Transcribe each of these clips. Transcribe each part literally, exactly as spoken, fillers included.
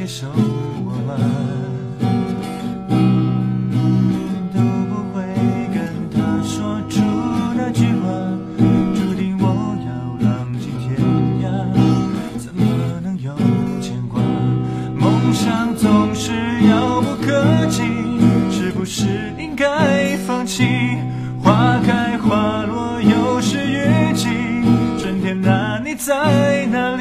接受我吗？都不会跟他说出那句话，注定我要浪迹天涯，怎么能有牵挂？梦想总是遥不可及，是不是应该放弃？花开花落又是雨季，春天啊，你在哪里？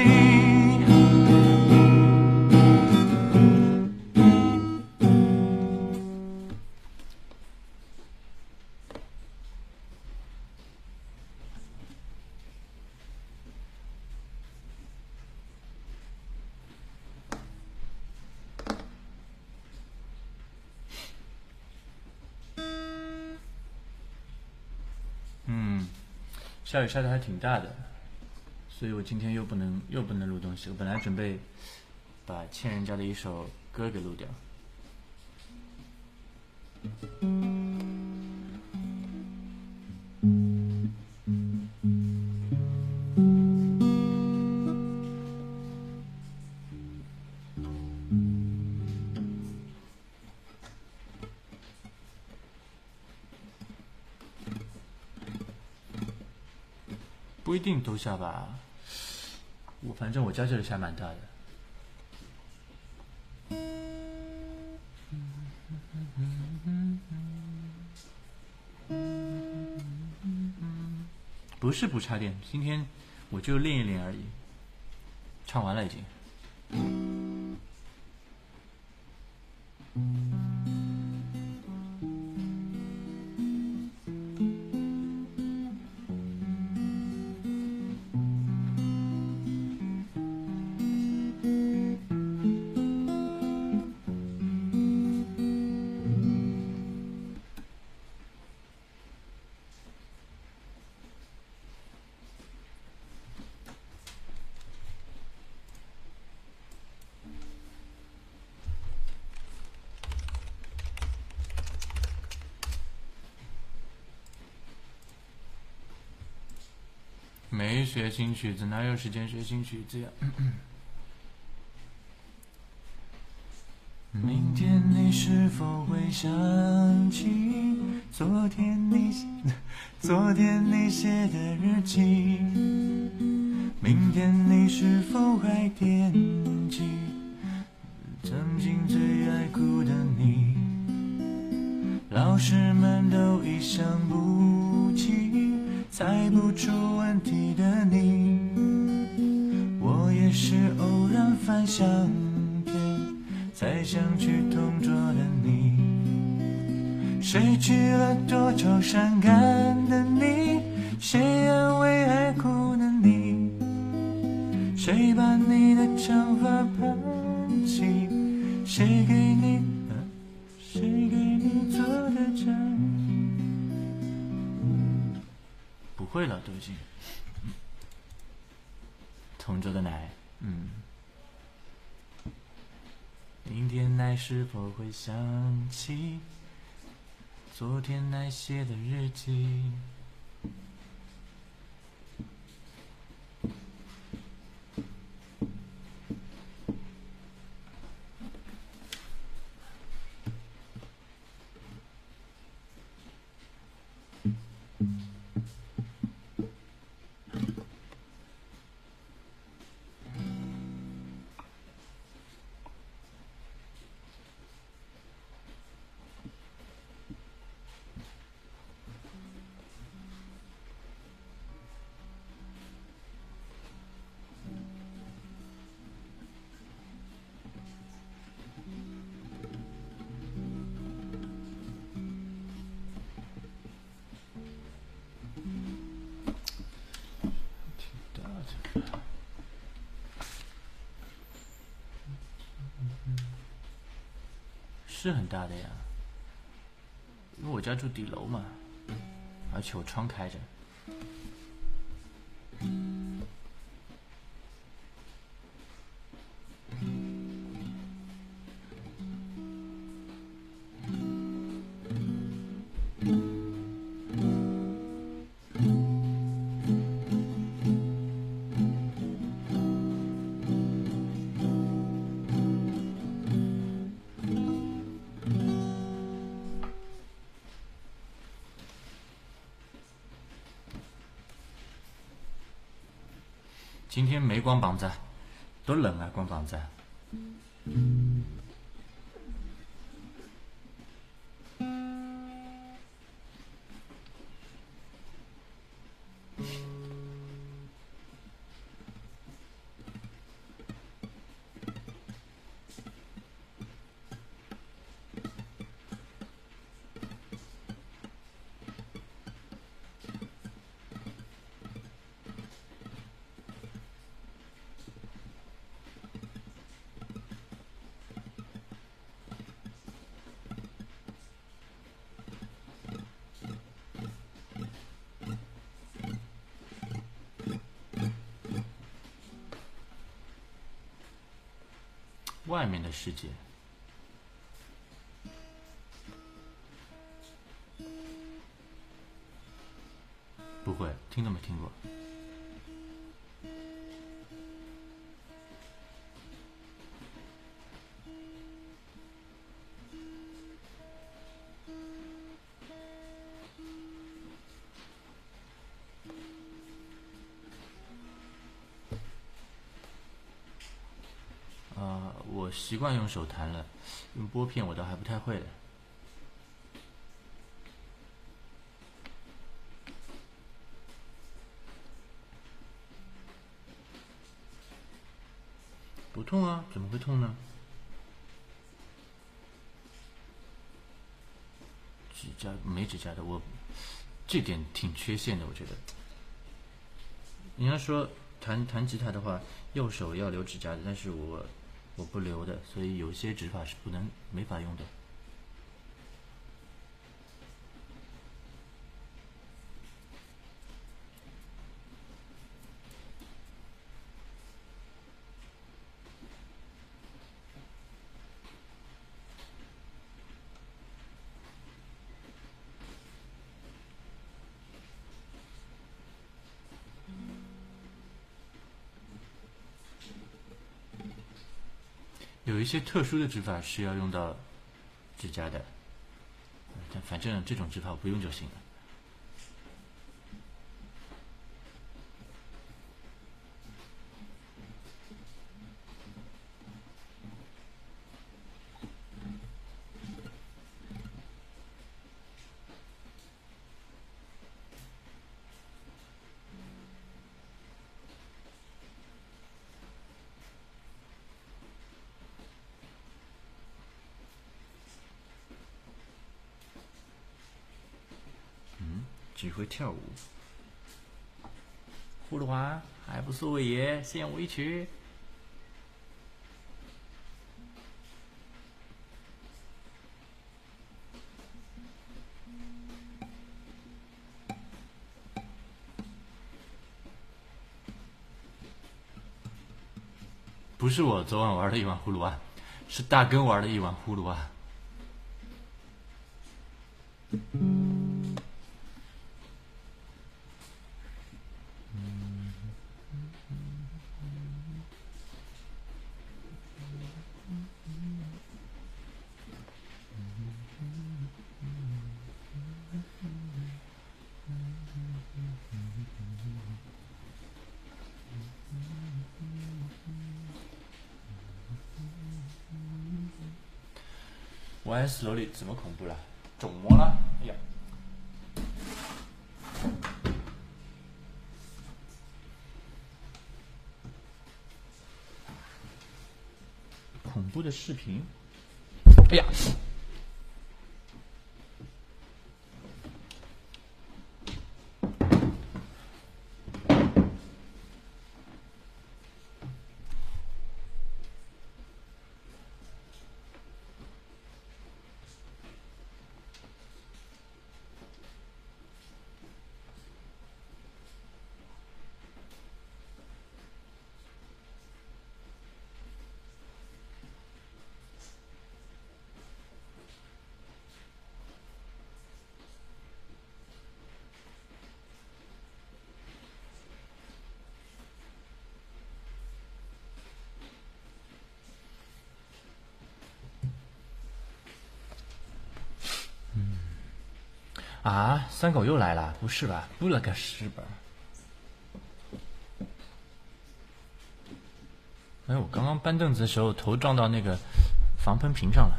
嗯，下雨下的还挺大的，所以我今天又不能又不能录东西。我本来准备把欠人家的一首歌给录掉。不一定都下吧，我反正我家这里下蛮大的。不是不插电，今天我就练一练而已。唱完了已经。没学新曲子，哪有时间学新曲子呀？明天你是否会想起昨天你昨天你写的日记？明天你是否还惦记曾经最爱哭的你？老师们都已想不起猜不出问题的你，我也是偶然翻相片才想去同桌的你。谁去了多愁善感的你？谁安慰爱哭的你？谁把你的长发盘起？谁给你、啊、谁给你做的针？不会了，都已经。同桌的奶，嗯。明天奶是否会想起昨天奶写的日记？是很大的呀，因为我家住底楼嘛，而且我窗开着。 今天没光膀子，多冷啊，光膀子。外面的世界，不会，听都没听过。我习惯用手弹了，用拨片我倒还不太会的。不痛啊，怎么会痛呢？指甲没指甲的，我这点挺缺陷的，我觉得。你要说弹弹吉他的话，右手要留指甲的，但是我。我不留的，所以有些指法是不能没法用的。有一些特殊的指法是要用到指甲的，但反正这种指法我不用就行了。只会跳舞，葫芦娃还不是伟爷，献我一曲。不是我昨晚玩的一碗葫芦娃，是大根玩的一碗葫芦娃。玩slowly怎么恐怖了？肿么了？哎呀！恐怖的视频？哎呀！啊，三狗又来了？不是吧？不了个屎吧！ 哎，我刚刚搬凳子的时候头撞到那个防喷屏上了。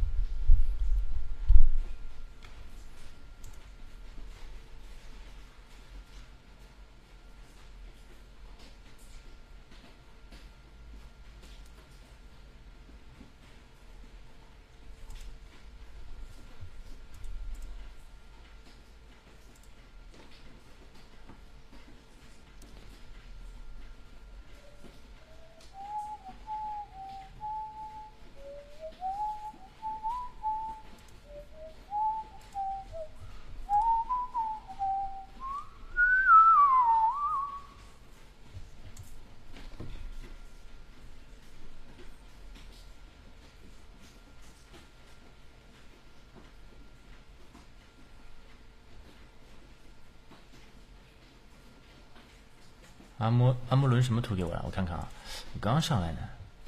阿莫阿莫伦什么图给我了？我看看啊，我刚上来呢，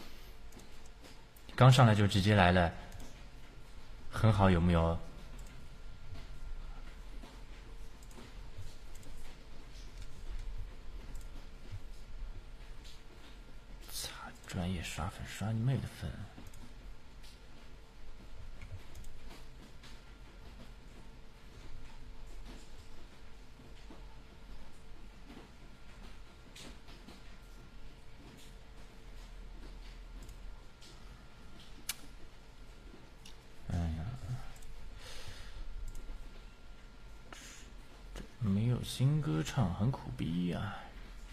刚上来就直接来了，很好，有没有？擦，专业刷粉，刷你妹的粉！没有新歌唱，很苦逼呀、啊。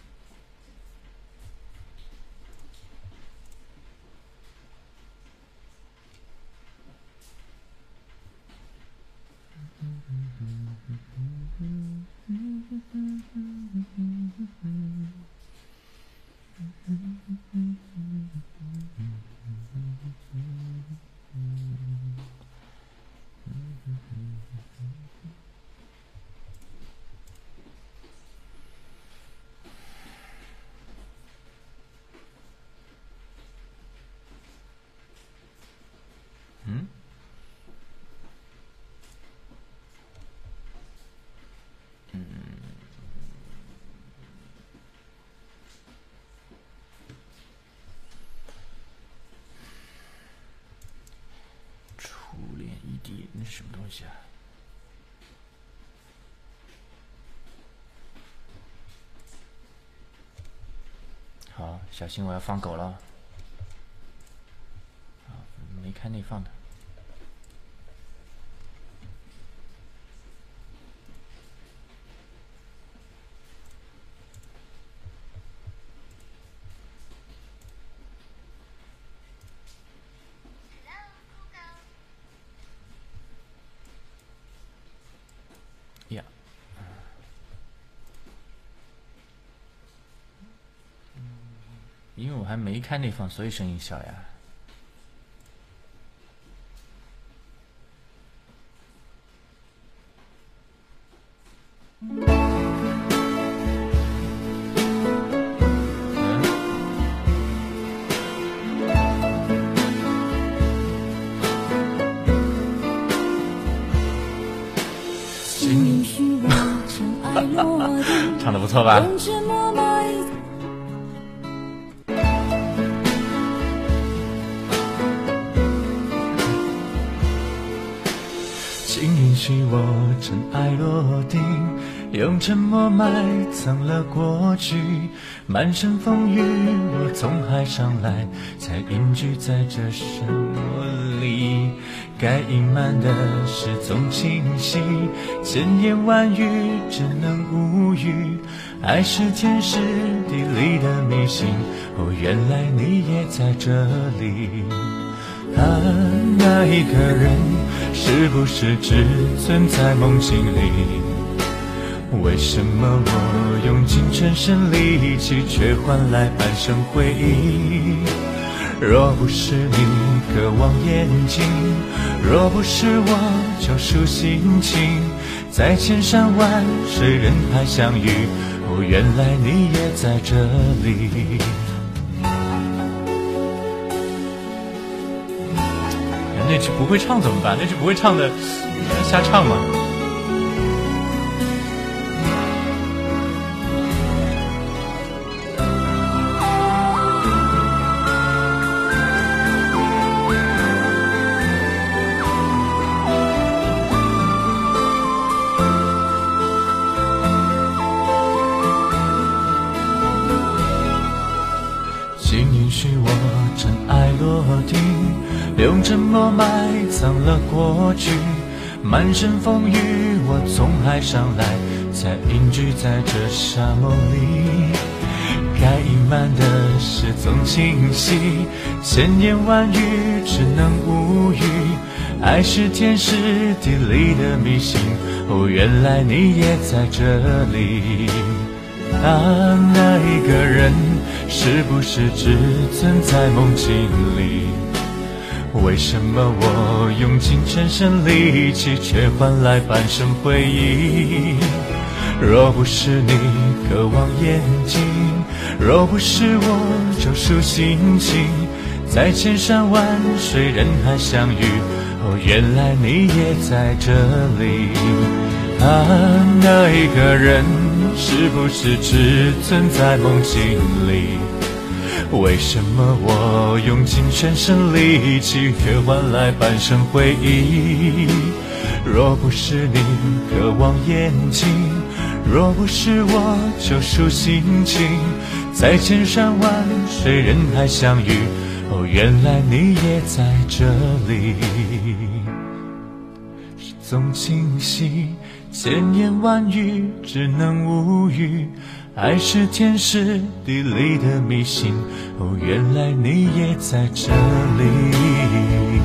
嗯？嗯。初恋异地，那是什么东西啊？好，小心我要放狗了。没开内放的。呀，因为我还没开内放，所以声音小呀。唱得不错吧？请允许我尘埃落定，用沉默埋藏了过去。满身风雨，我从海上来，才隐居在这生活里。该隐瞒的事总清晰，千言万语只能无语。爱是天时地利的迷信，哦，原来你也在这里。啊，那一个人是不是只存在梦境里？为什么我用尽全身力气，却换来半生回忆？若不是你渴望眼睛，若不是我救赎心情，在千山万水人海相遇，哦，原来你也在这里。那句不会唱怎么办？那句不会唱的瞎唱吗？ 用沉默埋藏了过去。满身风雨，我从海上来，才隐居在这沙漠里。该隐瞒的事总清晰，千言万语只能无语。爱是天时地利的迷信，哦，原来你也在这里。啊，那一个人是不是只存在梦境里？为什么我用尽全身力气，却换来半生回忆？若不是你渴望眼睛，若不是我救赎心情，在千山万水人海相遇，哦，原来你也在这里。啊，那一个人是不是只存在梦境里？为什么我用尽全身力气，却换来半生回忆？若不是你渴望眼睛，若不是我救赎心情，在千山万水人海相遇，哦，原来你也在这里。是总清晰，千言万语只能无语。爱是天时地利的迷信，哦，原来你也在这里。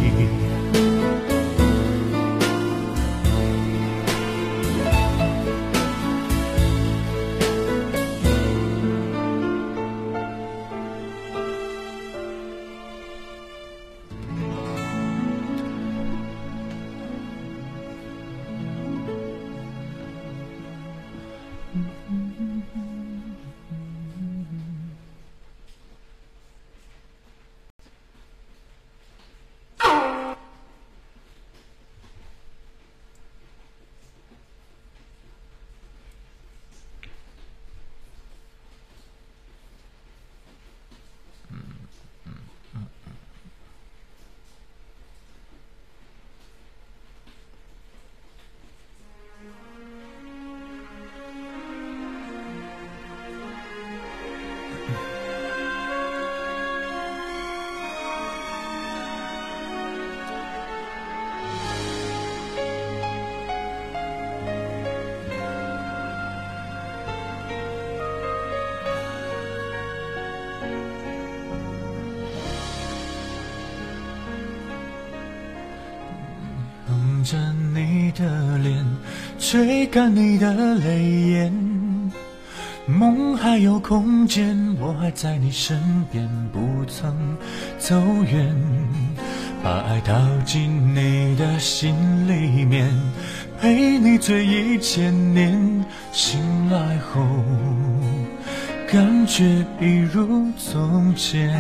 捧着你的脸，吹干你的泪眼，梦还有空间，我还在你身边，不曾走远。把爱倒进你的心里面，陪你醉一千年，醒来后感觉一如从前。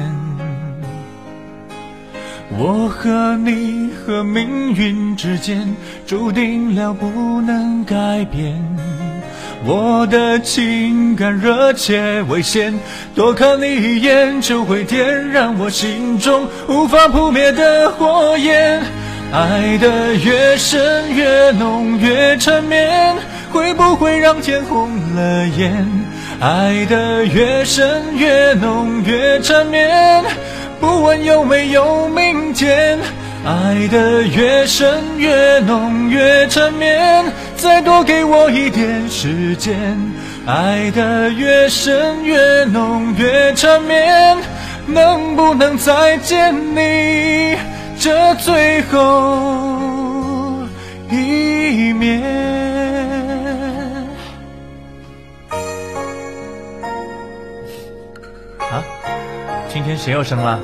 我和你和命运之间，注定了不能改变。我的情感热切危险，多看你一眼就会点燃我心中无法扑灭的火焰。爱的越深越浓越缠绵，会不会让天红了眼？爱的越深越浓越缠绵，不问有没有明天。爱的越深越浓越缠绵，再多给我一点时间。爱的越深越浓越缠绵，能不能再见你这最后一面？啊，今天谁又生了？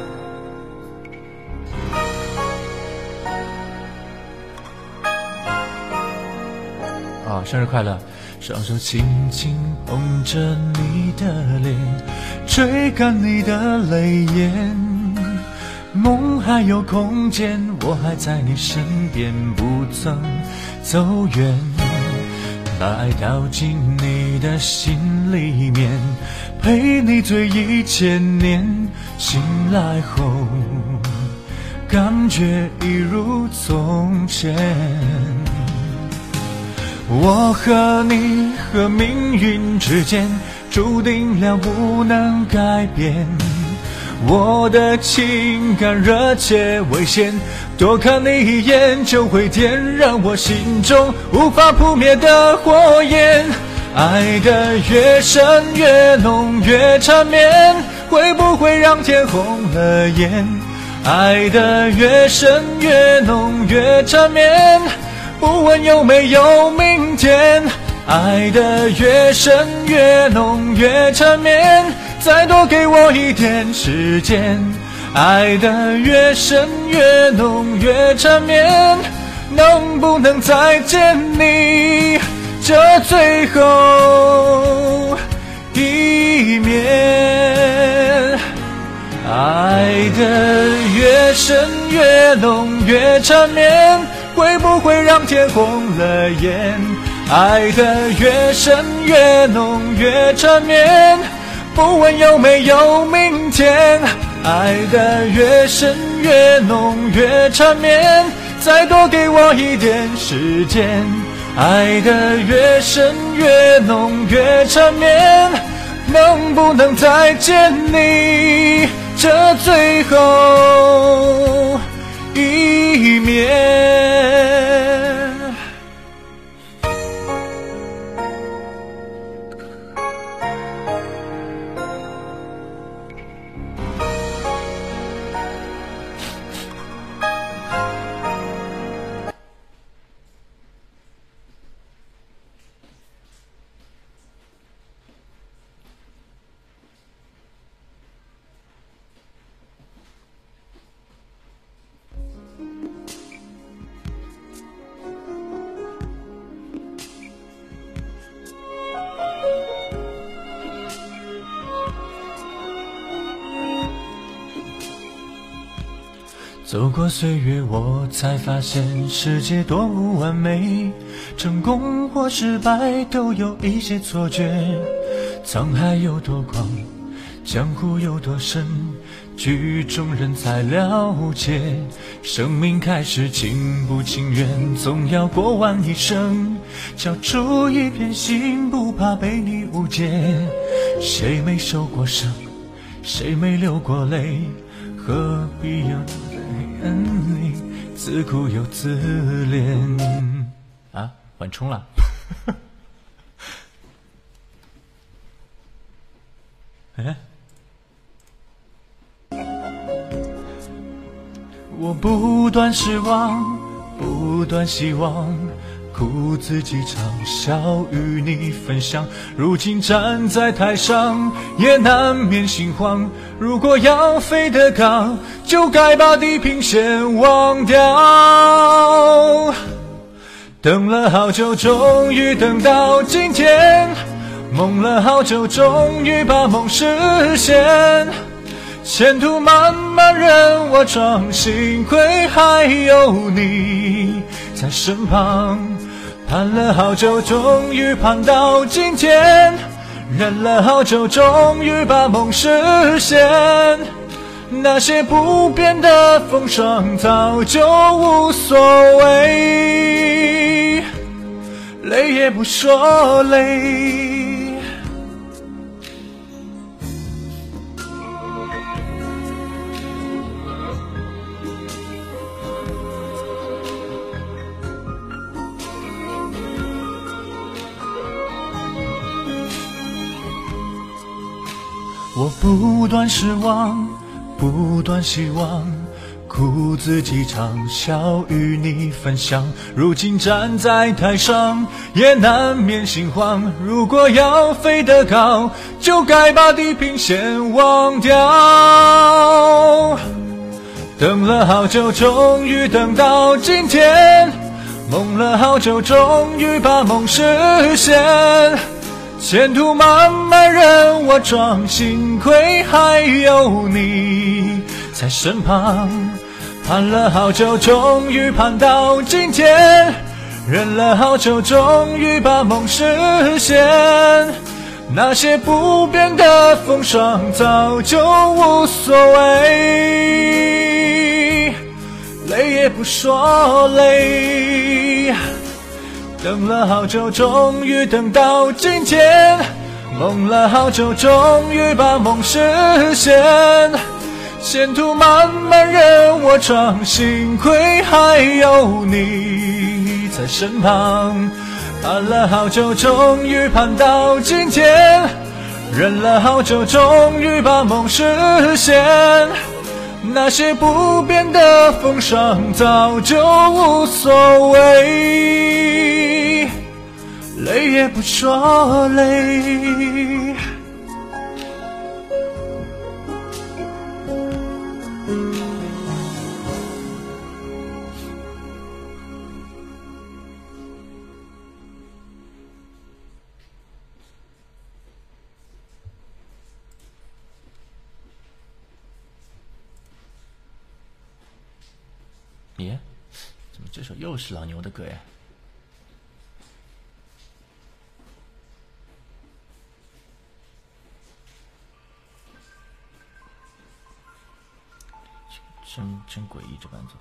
哦，生日快乐！双手轻轻捧着你的脸，吹干你的泪眼。梦还有空间，我还在你身边，不曾走远。把爱倒进你的心里面，陪你醉一千年。醒来后，感觉一如从前。我和你和命运之间，注定了不能改变。 我的情感热切危险，多看你一眼就会点燃我心中无法扑灭的火焰。爱的越深越浓越缠绵，会不会让天红了眼？爱的越深越浓越缠绵，不问有没有明天。爱的越深越浓越缠绵，再多给我一点时间。爱的越深越浓越缠绵，能不能再见你这最后一面？爱的越深越浓越缠绵，会不会让天红了眼？爱的越深越浓越缠绵，不问有没有明天。爱的越深越浓越缠绵，再多给我一点时间。爱的越深越浓越缠绵，能不能再见你这最后一面？走过岁月，我才发现世界多么完美，成功或失败都有一些错觉。沧海有多广，江湖有多深，剧中人才了解。生命开始情不情愿，总要过完一生，交出一片心，不怕被你误解。谁没受过伤，谁没流过泪，何必要你自苦又自怜啊！缓冲了。哎，我不断失望，不断希望，苦自己尝，笑与你分享。如今站在台上，也难免心慌。如果要飞得高，就该把地平线忘掉。等了好久，终于等到今天，梦了好久，终于把梦实现。前途漫漫任我闯，幸亏还有你在身旁。盼了好久，终于盼到今天，忍了好久，终于把梦实现。那些不变的风霜早就无所谓，累也不说累。我不断失望，不断希望，苦自己尝，笑与你分享。如今站在台上，也难免心慌。如果要飞得高，就该把地平线忘掉。等了好久，终于等到今天，梦了好久，终于把梦实现。前途漫漫任我闯，幸亏还有你在身旁。盼了好久，终于盼到今天，忍了好久，终于把梦实现。那些不变的风霜早就无所谓，累也不说累。等了好久，终于等到今天，梦了好久，终于把梦实现。 前途漫漫任我闯，幸亏还有你在身旁。盼了好久，终于盼到今天，忍了好久，终于把梦实现。那些不变的风霜早就无所谓，累也不说累。 耶，怎么这首又是老牛的歌呀？真真诡异，这伴奏。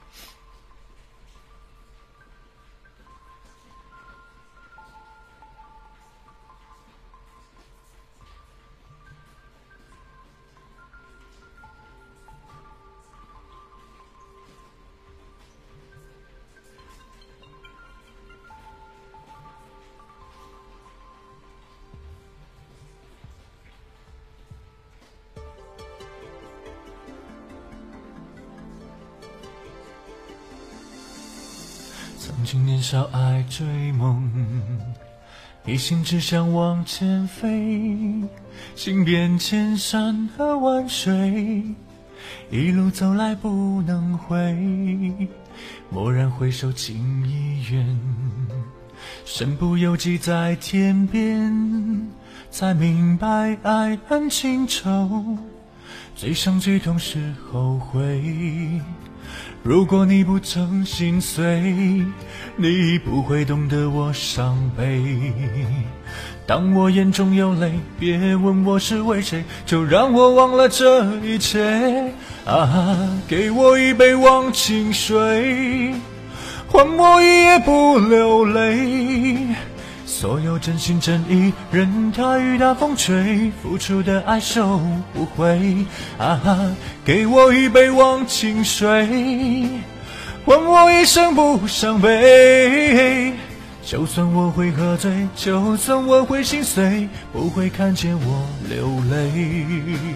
曾经年少爱追梦，一心只想往前飞，行遍千山和万水，一路走来不能回。蓦然回首，情已远，身不由己在天边，才明白爱恨情仇，最伤最痛是后悔。如果你不曾心碎，你不会懂得我伤悲。当我眼中有泪，别问我是为谁，就让我忘了这一切。啊，给我一杯忘情水，换我一夜不流泪。所有真心真意，任它雨打风吹，付出的爱收不回。啊，给我一杯忘情水，换我一生不伤悲。就算我会喝醉，就算我会心碎，不会看见我流泪。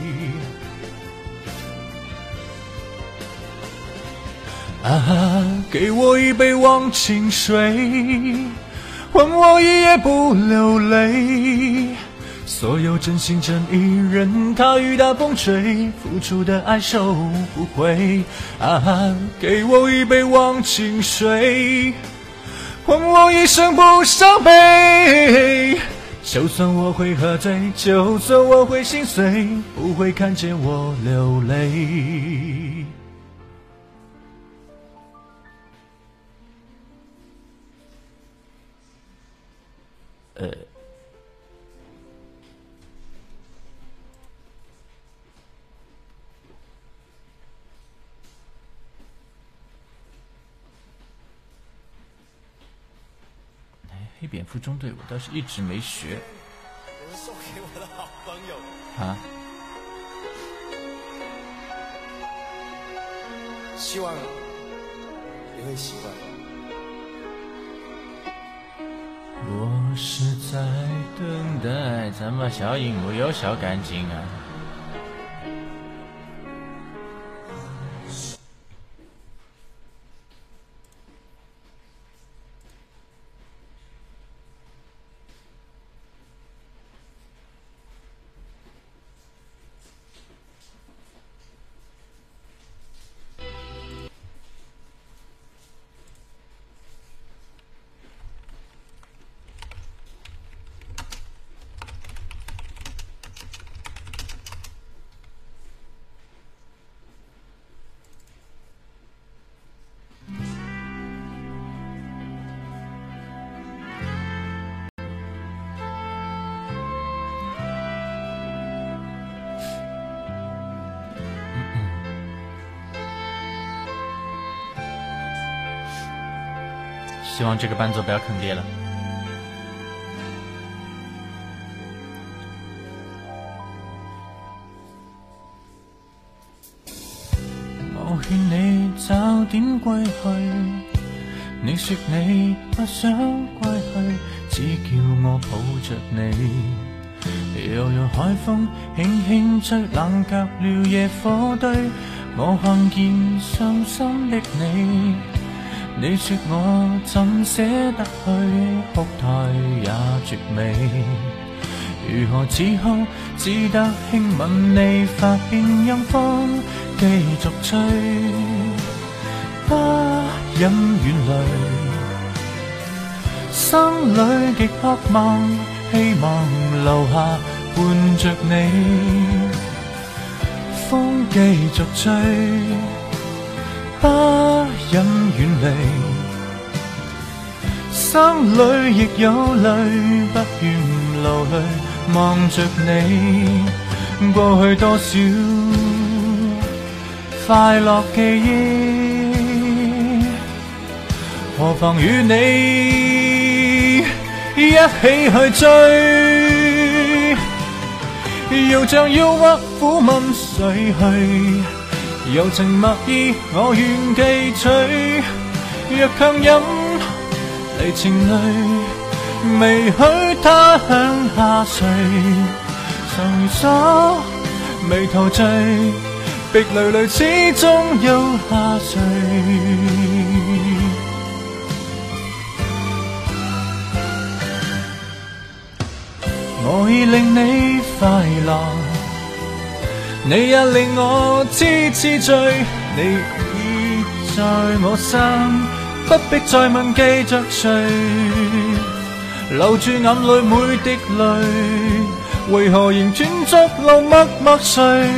啊，给我一杯忘情水，换我一夜不流泪。所有真心真意，任它雨打风吹，付出的爱收不回。啊，给我一杯忘情水，换我一生不伤悲。就算我会喝醉，就算我会心碎，不会看见我流泪。 呃，哎，黑蝙蝠中队我倒是一直没学。 我送给我的好朋友啊， 希望你会喜欢。 我是在等待，咱们小鹦鹉有小干净啊。希望这个伴奏不要坑爹了。 點歸去。你說你不想歸去，只叫我抱着你。悠悠海風輕輕吹，冷卻了野火堆。我看見傷心的你，你說我怎捨得去，哭態也絕美。如何此刻只得輕吻你髮邊，任風繼續吹，不忍遠離。心裏極渴望，希望留下伴着你。風繼續吹，不忍遠離。心裏亦有淚，不願流淚。望着你，過去多少快樂記憶，何妨與你一起去追。遙像憂鬱撫吻逝去，柔情蜜意我願記取。若強忍離情淚，未許他向下垂，愁鎖眉頭聚，別淚淚始終要下垂。我已令你快樂，你也令我痴痴醉，你已在我心，不必再問記着誰。留住眼淚每滴淚，為何仍斷續路默默睡？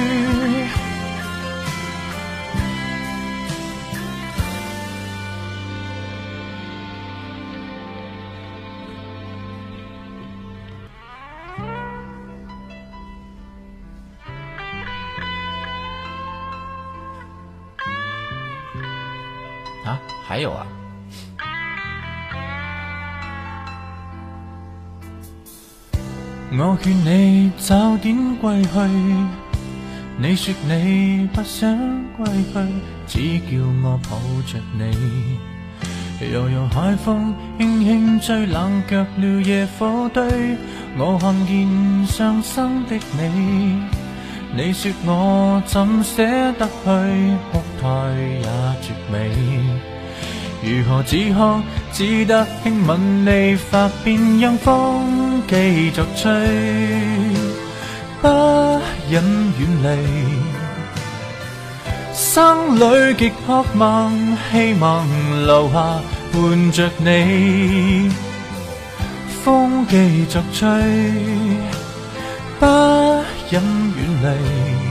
啊，还有啊。 我勸你早點歸去，你說你不想歸去，只叫我抱着你。悠悠海風輕輕吹，冷卻了野火堆。我看見傷心的你，你說我怎捨得去，哭態也絕美。如何只可只得輕吻你髮邊，讓風繼續吹，不忍遠離。心裏極渴望，希望留下伴着你。風繼續吹，不忍遠離。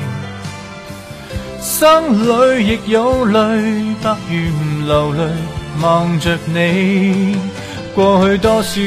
心裏亦有淚，不願流淚。望着你，過去多少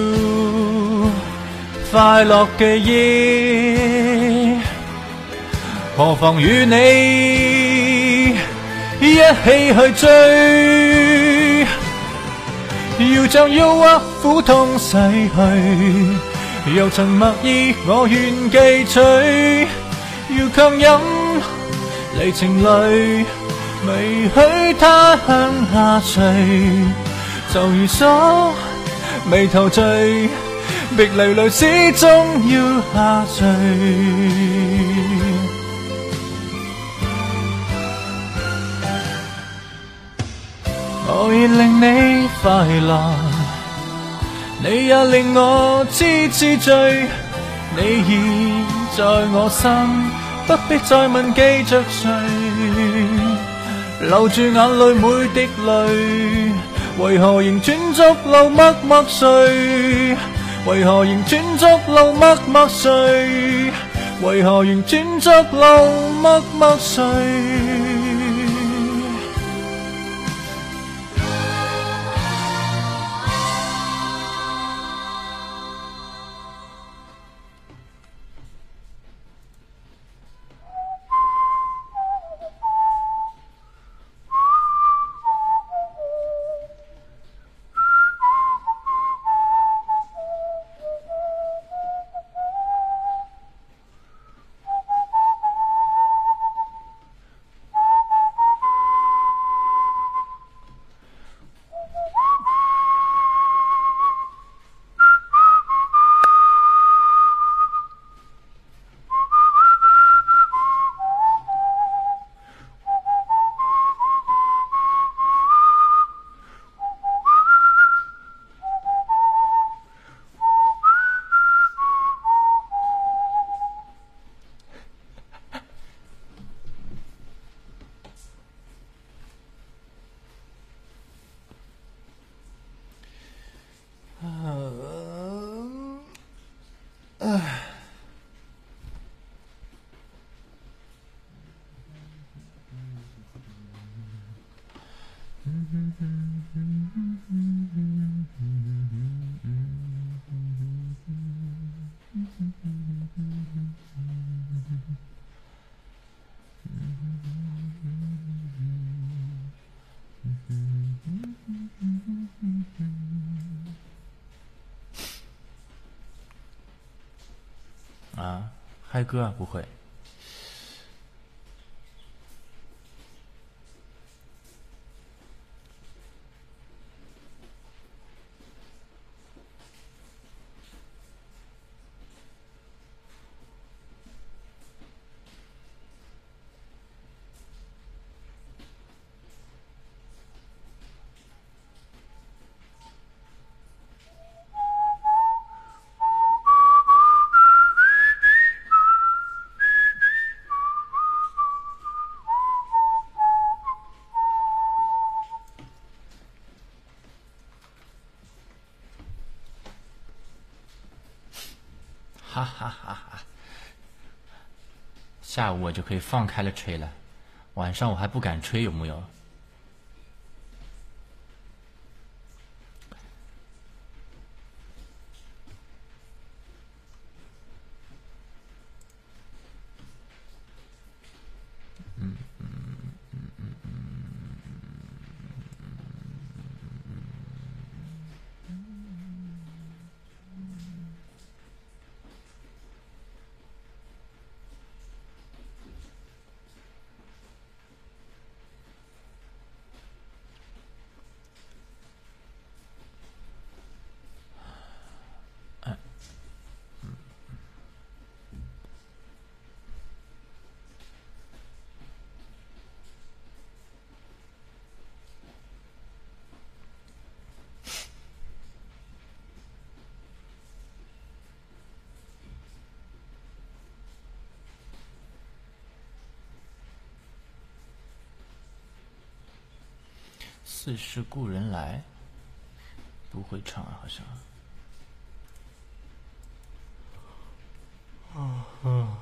快樂記憶，何妨與你一起去追。要將憂鬱苦痛洗去，柔情蜜意我願記取。要強忍離情淚，未許他向下垂，就如鎖眉頭聚，別離淚始終要下垂。我已令你快樂，你也令我痴痴醉，你已在我心，不必再問記着誰。留住眼淚每滴淚，為何仍斷續路默默睡？為何仍斷續路默默睡？為何仍斷續路默默睡？ 唉。啊，嗨歌啊，不会。哈哈哈哈！下午我就可以放开了吹了，晚上我还不敢吹，有木有？嗯嗯嗯嗯嗯。似是故人来，不会唱啊，好像。啊啊！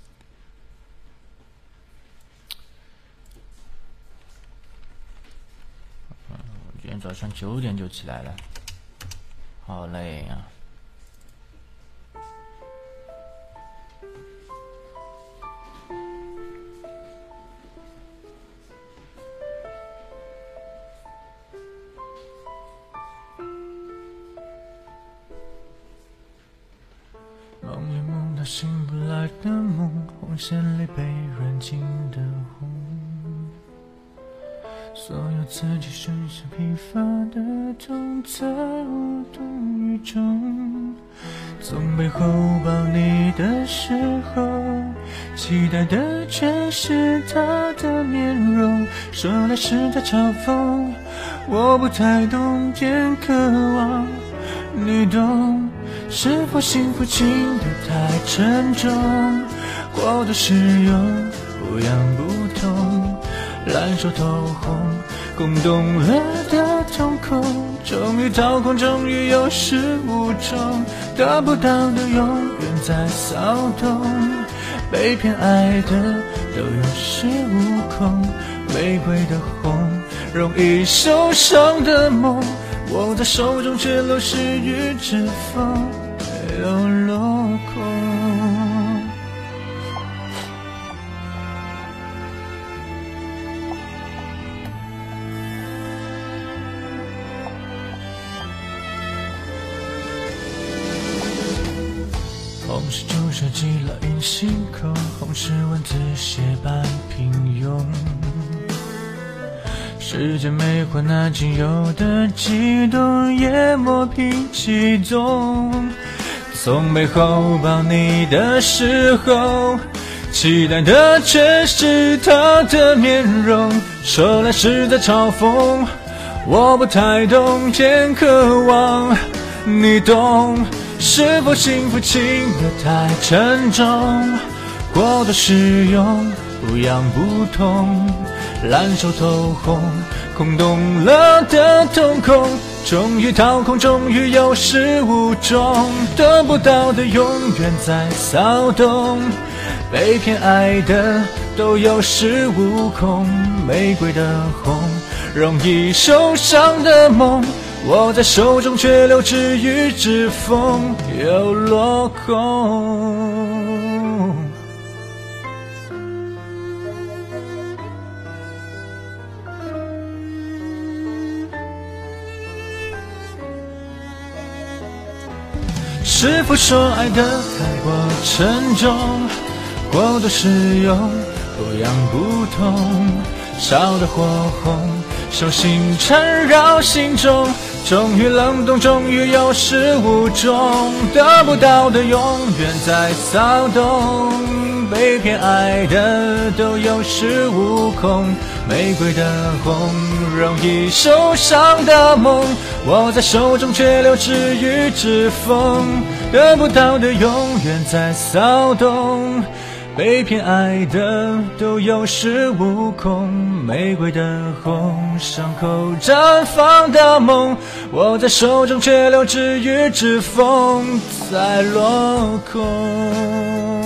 我今天早上九点就起来了，好累啊。 梦里梦到醒不来的梦，红线里被软禁的红，所有自己身上疲乏的痛，在无动于衷。从背后抱你的时候，期待的却是他的面容，说来是在嘲讽，我不太懂，偏渴望你懂。是否幸福轻得太沉重，过度使用不痒不痛，烂熟透红，空洞了的瞳孔，终于掏空，终于有始无终，得不到的永远在骚动，被偏爱的都有恃无恐，玫瑰的红，容易受伤的梦，握在手中却流失于指缝，没有落空。红是注射剂烙印心口，红是文字写般平庸，时间美化那仅有的悸动，也磨平激动。从背后抱你的时候，期待的却是他的面容，说来是在嘲讽，我不太懂，偏渴望你懂。是否幸福轻得太沉重，过度使用不痒不痛，烂熟透红，空洞了的瞳孔， 终于掏空，终于有始无终，得不到的永远在骚动，被偏爱的都有恃无恐，玫瑰的红，容易受伤的梦，握在手中却留指与指缝又落空。是否说爱得太过沉重，过度使用不痒不痛，烧得火红，手心缠绕心中，终于冷冻，终于有始无终，得不到的永远在骚动，被偏爱的都有恃无恐，玫瑰的红，容易受伤的梦，握在手中却留指与指缝，得不到的永远在骚动，被偏爱的都有恃无恐，玫瑰的红，伤口绽放的梦，握在手中却留指与指缝在落空。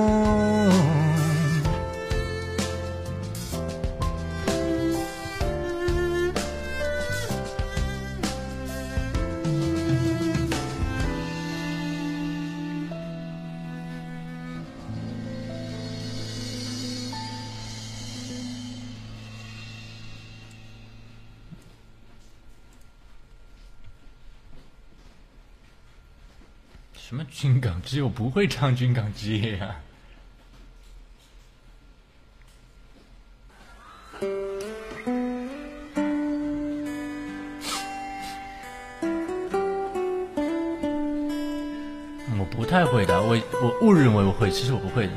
什么军港机？我不会唱军港机呀、我不太会的，我我误认为我会，其实我不会的。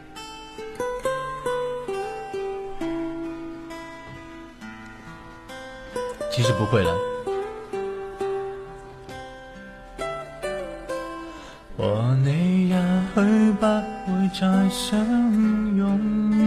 其实不会的。 和你也許不會再相擁，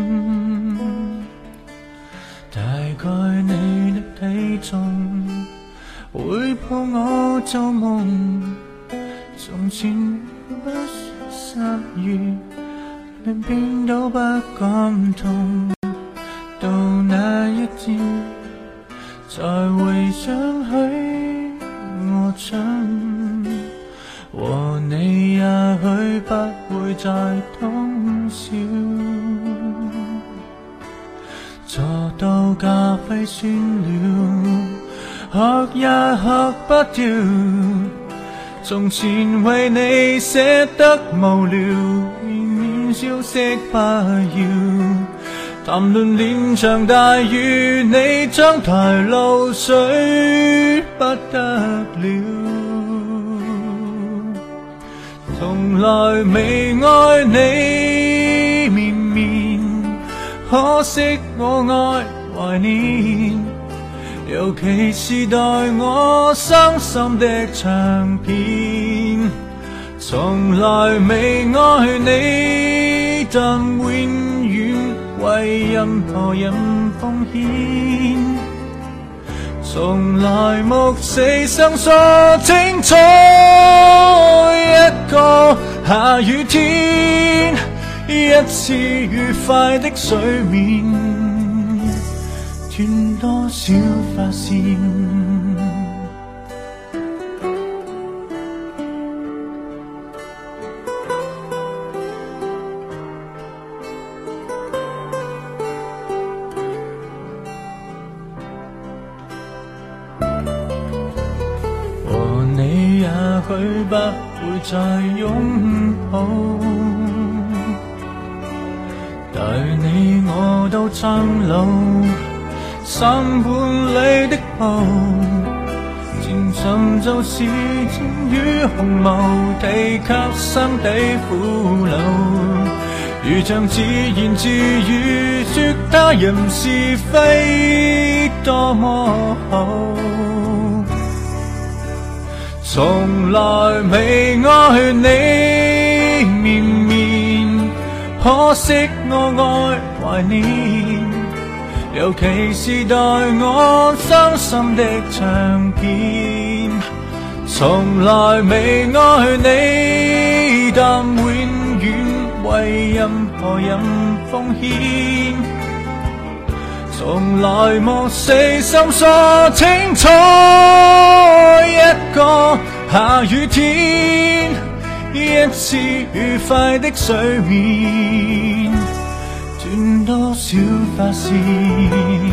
大概你的體重會抱我做夢，從前不說失語，連變都不敢痛，到那一朝才回想起我想和你也許不會再通宵，坐到咖啡酸了，喝也喝不掉，從前為你寫得無聊，年少息不要，談論連場大雨，你將台露水不得了。從來未愛你綿綿，可惜我愛懷念，尤其是代我傷心的唱片。從來未愛你，但永遠為任何人奉獻。從來目死相疏清楚，一個下雨天，一次愉快的睡眠，斷多少髮線。許不會再擁抱，對你我都蒼老，三半里的步，前塵就是箭與鴻毛，地卻心底苦惱，如像自言自語，說他人是非多麼好。從來未愛你綿綿，可惜我愛懷念，尤其是代我傷心的唱片。 從來未愛你，但永遠為任何人奉獻。從來沒細心所清楚一個下雨天，一次愉快的睡眠，斷多少髮線。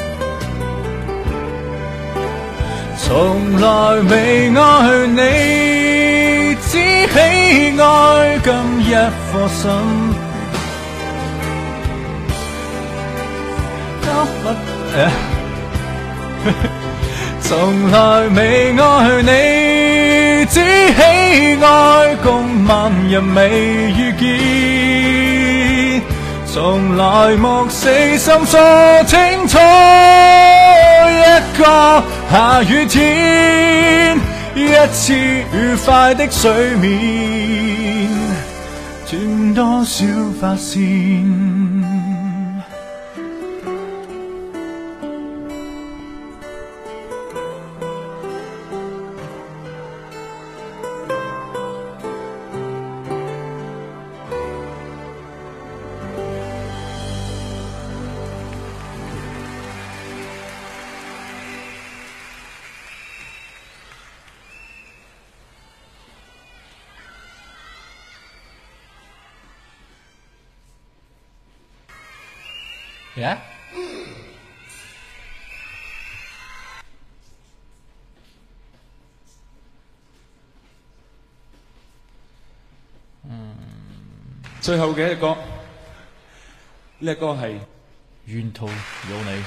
從來未愛你，只喜愛今一顆心。從來未愛你，只喜愛共萬人未遇見。從來沒細心所清楚一個下雨天，一次愉快的睡眠，斷多少髮線。 呀、嗯， 最後嘅一隻歌，呢隻歌係沿途有你。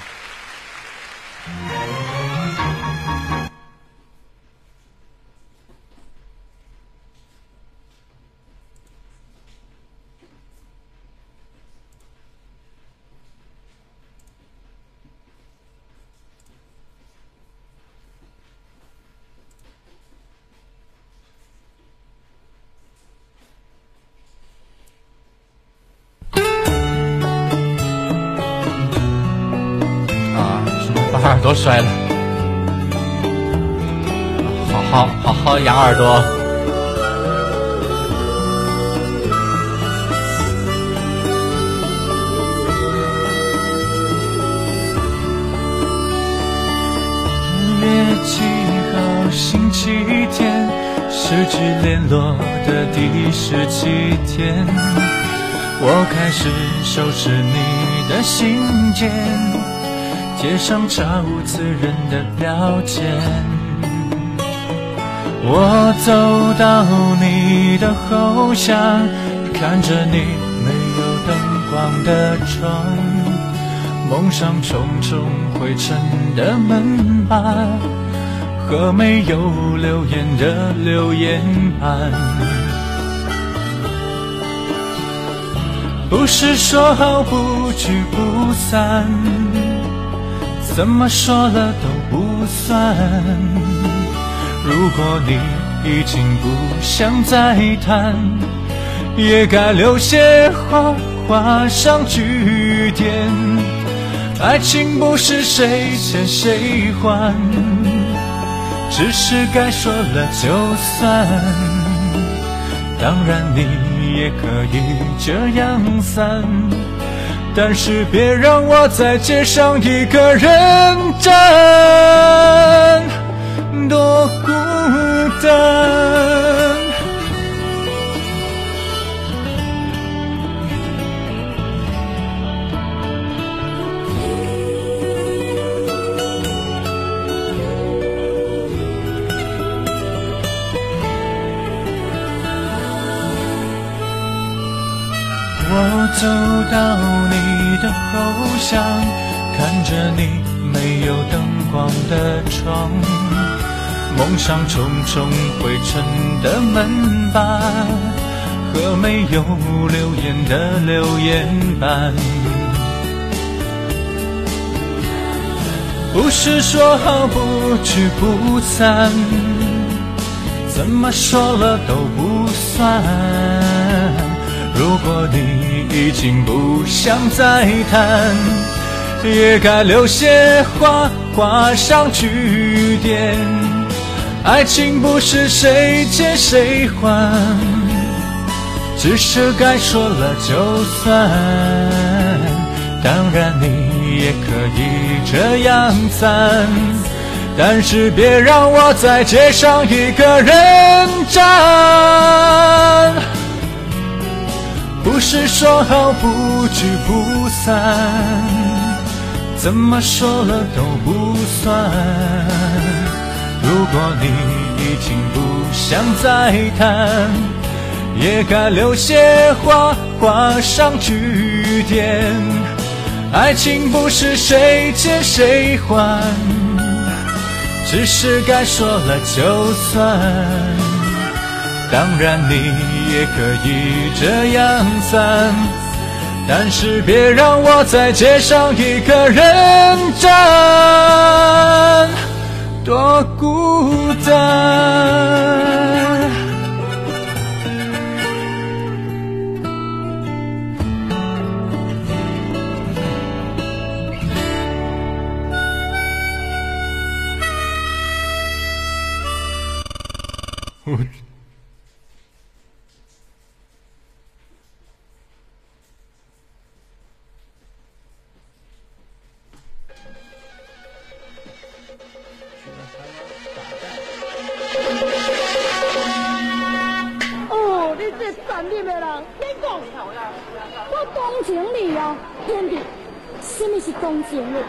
把耳朵摔了，好好好好养耳朵。 月七号星期天，失去聯絡的第十七天，我開始收拾你的信件，貼上查無此人的標籤。我走到你的後巷，看着你沒有燈光的窗，夢上重重灰塵的門板和沒有留言的留言板。不是說好不聚不散，怎麼說了都不算。如果你已經不想再談，也該留些話畫上句點。愛情不是誰欠誰還，只是該說了就算。當然你也可以這樣散，但是別讓我在街上一個人站，多孤單。我走到你的後巷，看着你沒有燈光的窗，夢上重重灰塵的門板和沒有留言的留言板。不是說好不聚不散，怎麼說了都不算。如果你已經不想再談，也該留些話畫上句點。 爱情不是谁借谁还，只是该说了就算。当然你也可以这样赞，但是别让我在街上一个人站。不是说好不聚不散，怎么说了都不算。如果你已经不想再谈，也该留些话画上句点。爱情不是谁借谁还，只是该说了就算。当然你也可以这样赞，但是别让我在街上一个人站，多孤单。 哦，你这站立的人，你讲我同情你啊，兄弟，什么是同情你？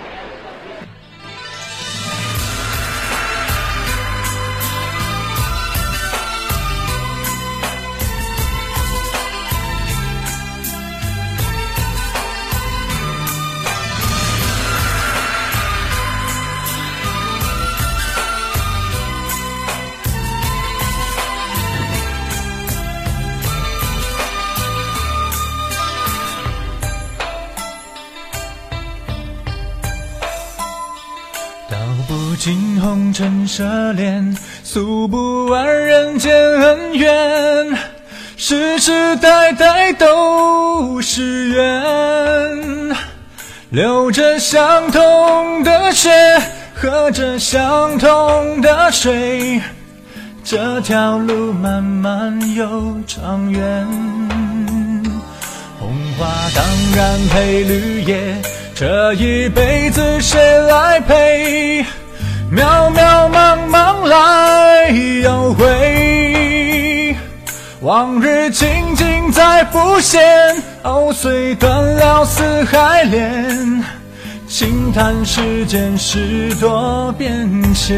道不尽红尘奢恋，诉不完人间恩怨，世世代代都是缘。流着相同的血，喝着相同的水，这条路漫漫又长远。红花当然配绿叶，这一辈子谁来陪？渺渺茫茫来又回，往日情景再浮现，藕虽断了丝还连，轻叹世间事多变迁。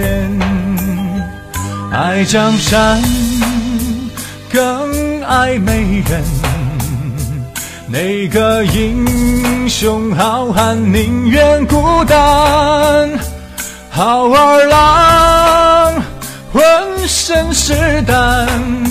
爱江山更爱美人，哪个英雄好汉宁愿孤单？好儿郎浑身是胆，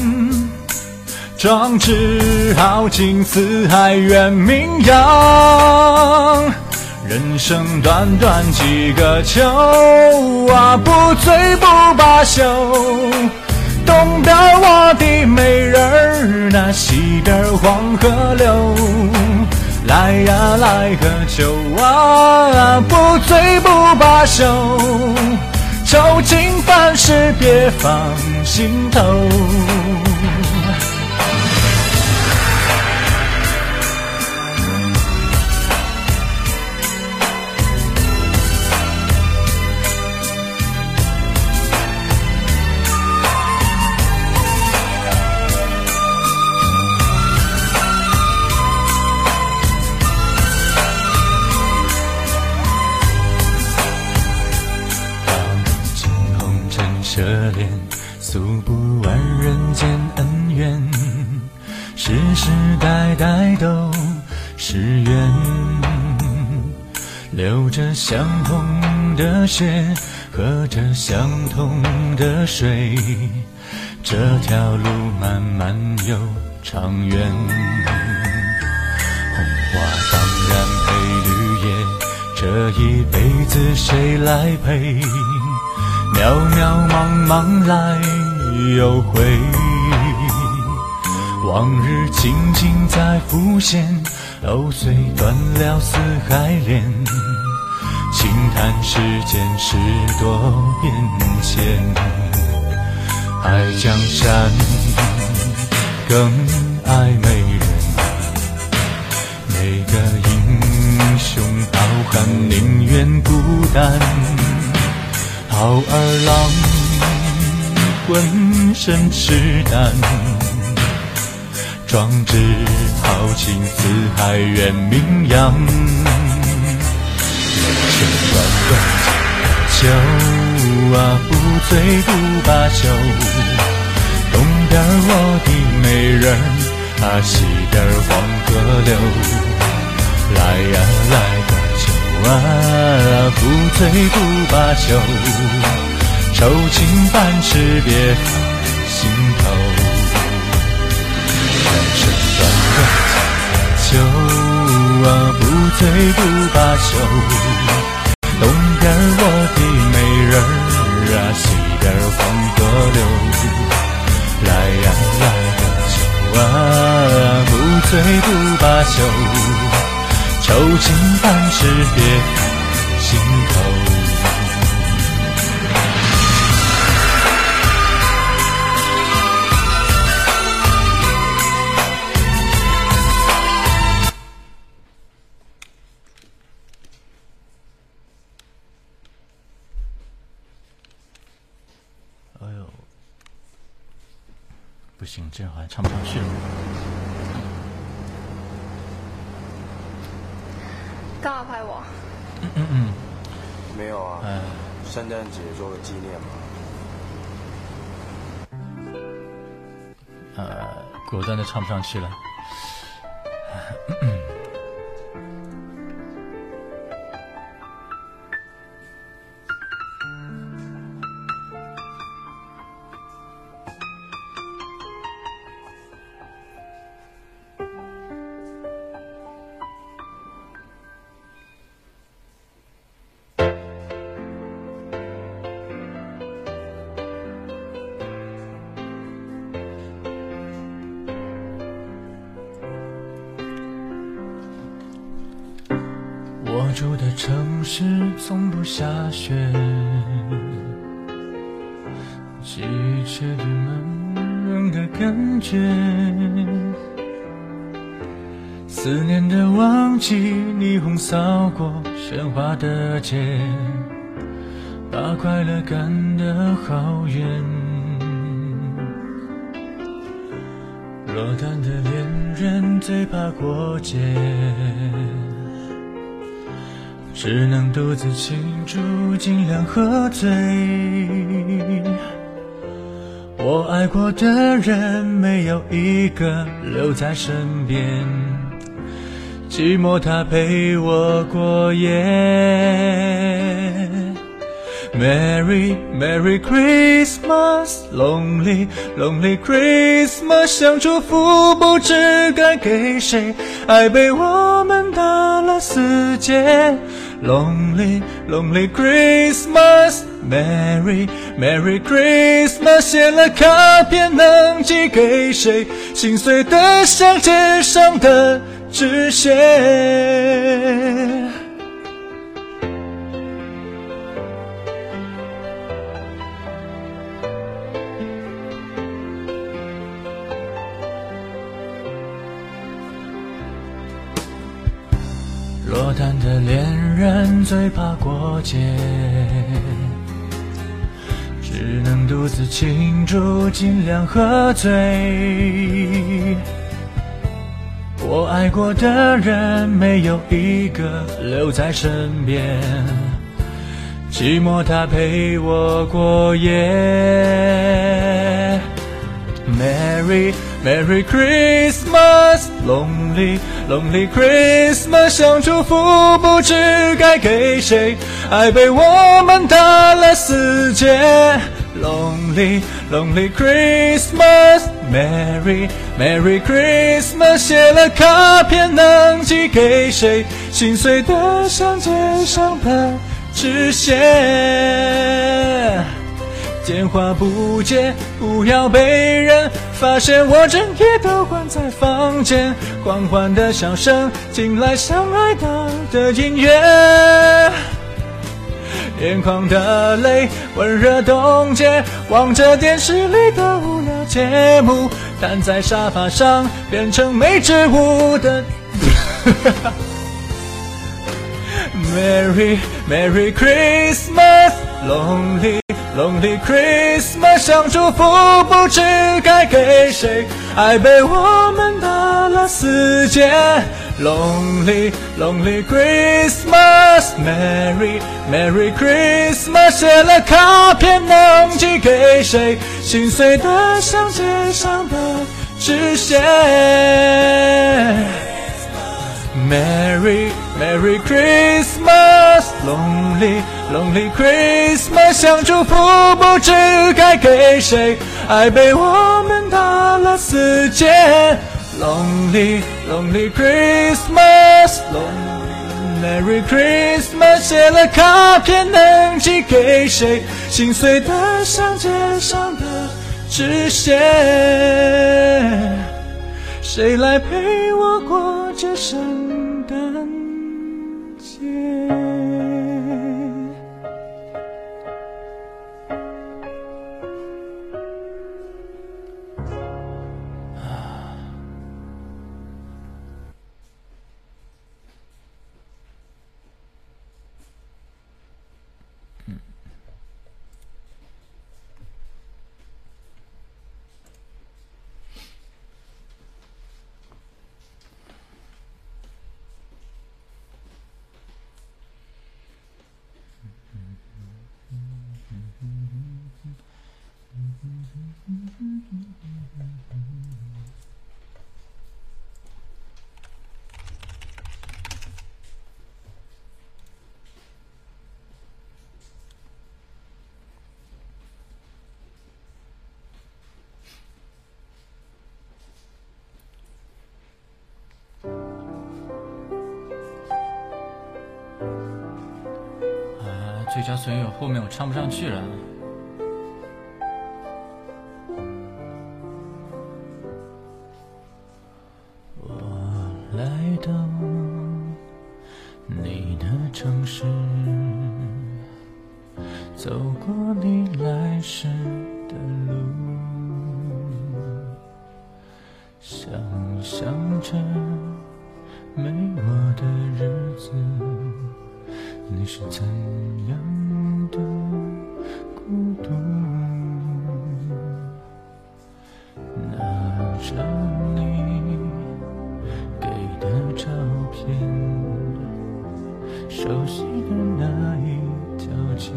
壮志豪情四海远名扬。人生短短几个秋啊，不醉不罢休。东边我的美人儿，那西边黄河流。来呀来喝酒啊，不醉不罢休。愁情烦事别放心头。奢恋，诉不完人间恩怨，世世代代都是缘。流着相同的血，喝着相同的水，这条路漫漫又长远。红花当然配绿叶，这一辈子谁来陪？渺渺茫茫来又回，往日情景再浮现，藕虽断了丝还连，轻叹世间事多变迁。 爱江山，更爱美人。每个英雄好汉宁愿孤单，好儿郎浑身是胆，壮志豪情四海远名扬。人生短短秋啊，不醉不罢休。东边我的美人啊，西边黄河流。来呀来个秋啊，不醉不罢休。愁情万事别放心头。人生短短秋啊，不醉不罢休。东边我的美人啊，西边黄河流。来呀来个秋啊，不醉不罢休。愁情万事别放心头。 哎呦，不行，这样好像唱不上去了。 干嘛拍我？ 嗯嗯嗯， 没有啊， 哎， 圣诞节做个纪念嘛。 呃，果断的唱不上去了。 我住的城市从不下雪，记忆却对闷人的感觉。思念的旺季，霓虹扫过喧哗的街，把快乐赶得好远。落单的恋人最怕过节，只能独自庆祝，尽量喝醉。我爱过的人没有一个留在身边，寂寞它陪我过夜。Merry Merry Christmas Lonely Lonely Christmas 想祝福不知该给谁，爱被我们打了死结。Lonely Lonely Christmas Merry Merry Christmas 写了卡片能寄给谁，心碎得像街上的纸屑。落单的恋人最怕过节，只能独自庆祝，尽量喝醉。我爱过的人没有一个留在身边，寂寞它陪我过夜。Merry Merry Christmas Lonely Lonely Christmas 想祝福不知该给谁，爱被我们打了死结。Lonely Lonely Christmas Merry Merry Christmas 写了卡片能寄给谁，心碎得像街上的纸屑。电话不接，不要被人发现我整夜都关在房间，缓缓的笑声进来，像爱到的音乐。 眼眶的泪温热冻结，望着电视里的无聊节目，瘫在沙发上变成没织物的Merry Merry Christmas Lonely Lonely Christmas 想祝福不知该给谁，爱被我们打了死结。Lonely Lonely Christmas Merry Merry Christmas 写了卡片能寄给谁，心碎的像街上的纸屑。Merry Merry Christmas Lonely Lonely Christmas 想祝福不知该给谁，爱被我们打了死结。Lonely Lonely Christmas Lonely Merry Christmas 写了卡片能寄给谁，心碎的像街上的纸屑。谁来陪我过这圣诞节？最佳损友后面我唱不上去了。我来到你的城市，走过你来时的路，想象着没我的日子，你是怎样的孤独？拿着你给的照片，熟悉的那一条街，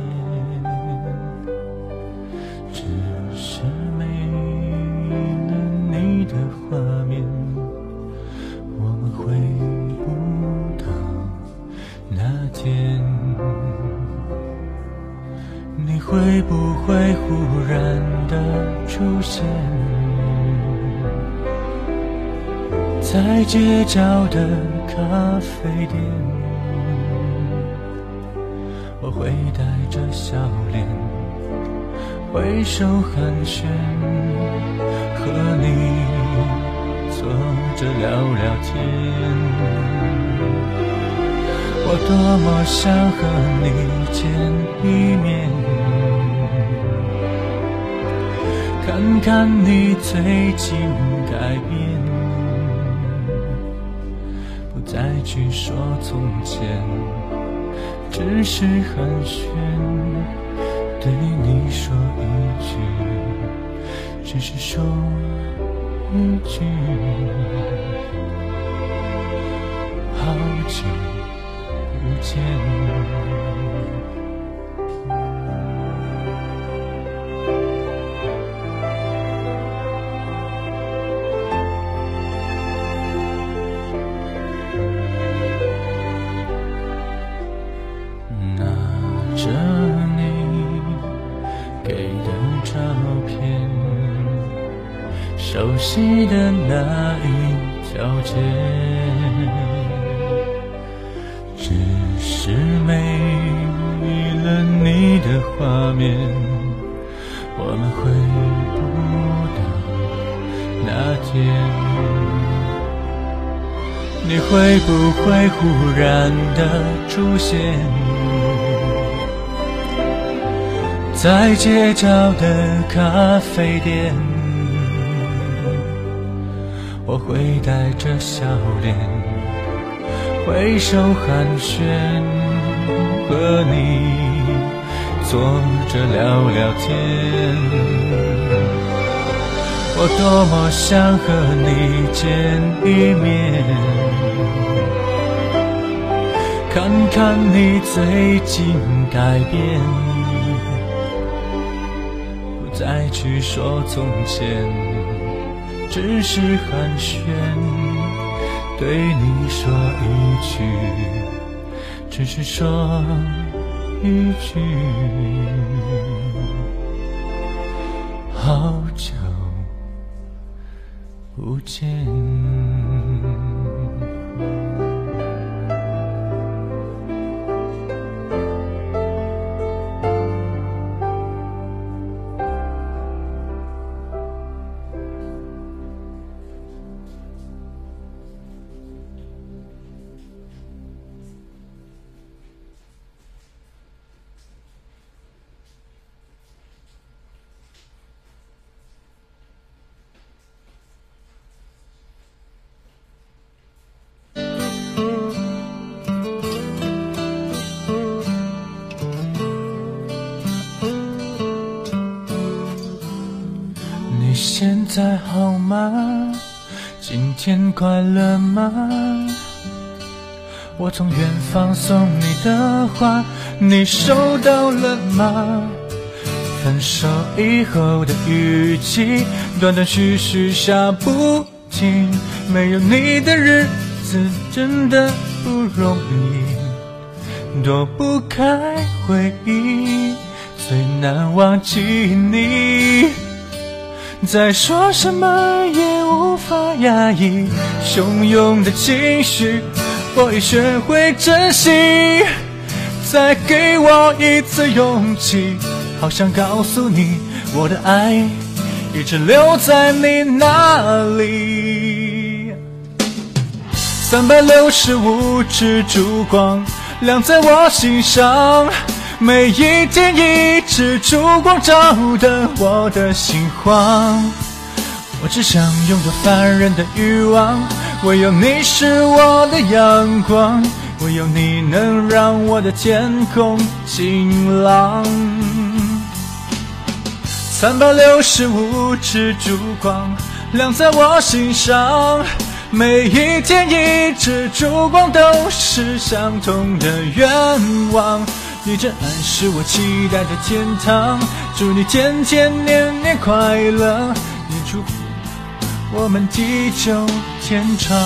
只是没了你的画面，我们回不到那天。你会不会忽然的出现在街角的咖啡店？我会带着笑脸挥手寒暄，和你坐着聊聊天。我多么想和你见一面，看看你最近改变，不再去说从前，只是寒暄，对你说一句，只是说一句，好久不见。熟悉的那一条街，只是没了你的画面，我们回不到那天。你会不会忽然的出现在街角的咖啡店，我会带着笑脸挥手寒暄，和你坐着聊聊天。我多么想和你见一面，看看你最近改变，不再去说从前，只是寒暄，对你说一句，只是说一句，好久不见。现在好吗？今天快乐吗？我从远方送你的花，你收到了吗？分手以后的雨季，断断续续下不停，没有你的日子真的不容易，躲不开回忆，最难忘记你。再说什么也无法压抑汹涌的情绪，我已学会珍惜。再给我一次勇气，好想告诉你，我的爱一直留在你那里。三百六十五支烛光亮在我心上，每一天一支烛光照得我的心慌。我只想拥有凡人的欲望，唯有你是我的阳光，唯有你能让我的天空晴朗。三百六十五支烛光亮在我心上，每一天一支烛光都是相同的愿望。你真爱是我期待的天堂，祝你天天年年快乐，也祝福我们地久天长。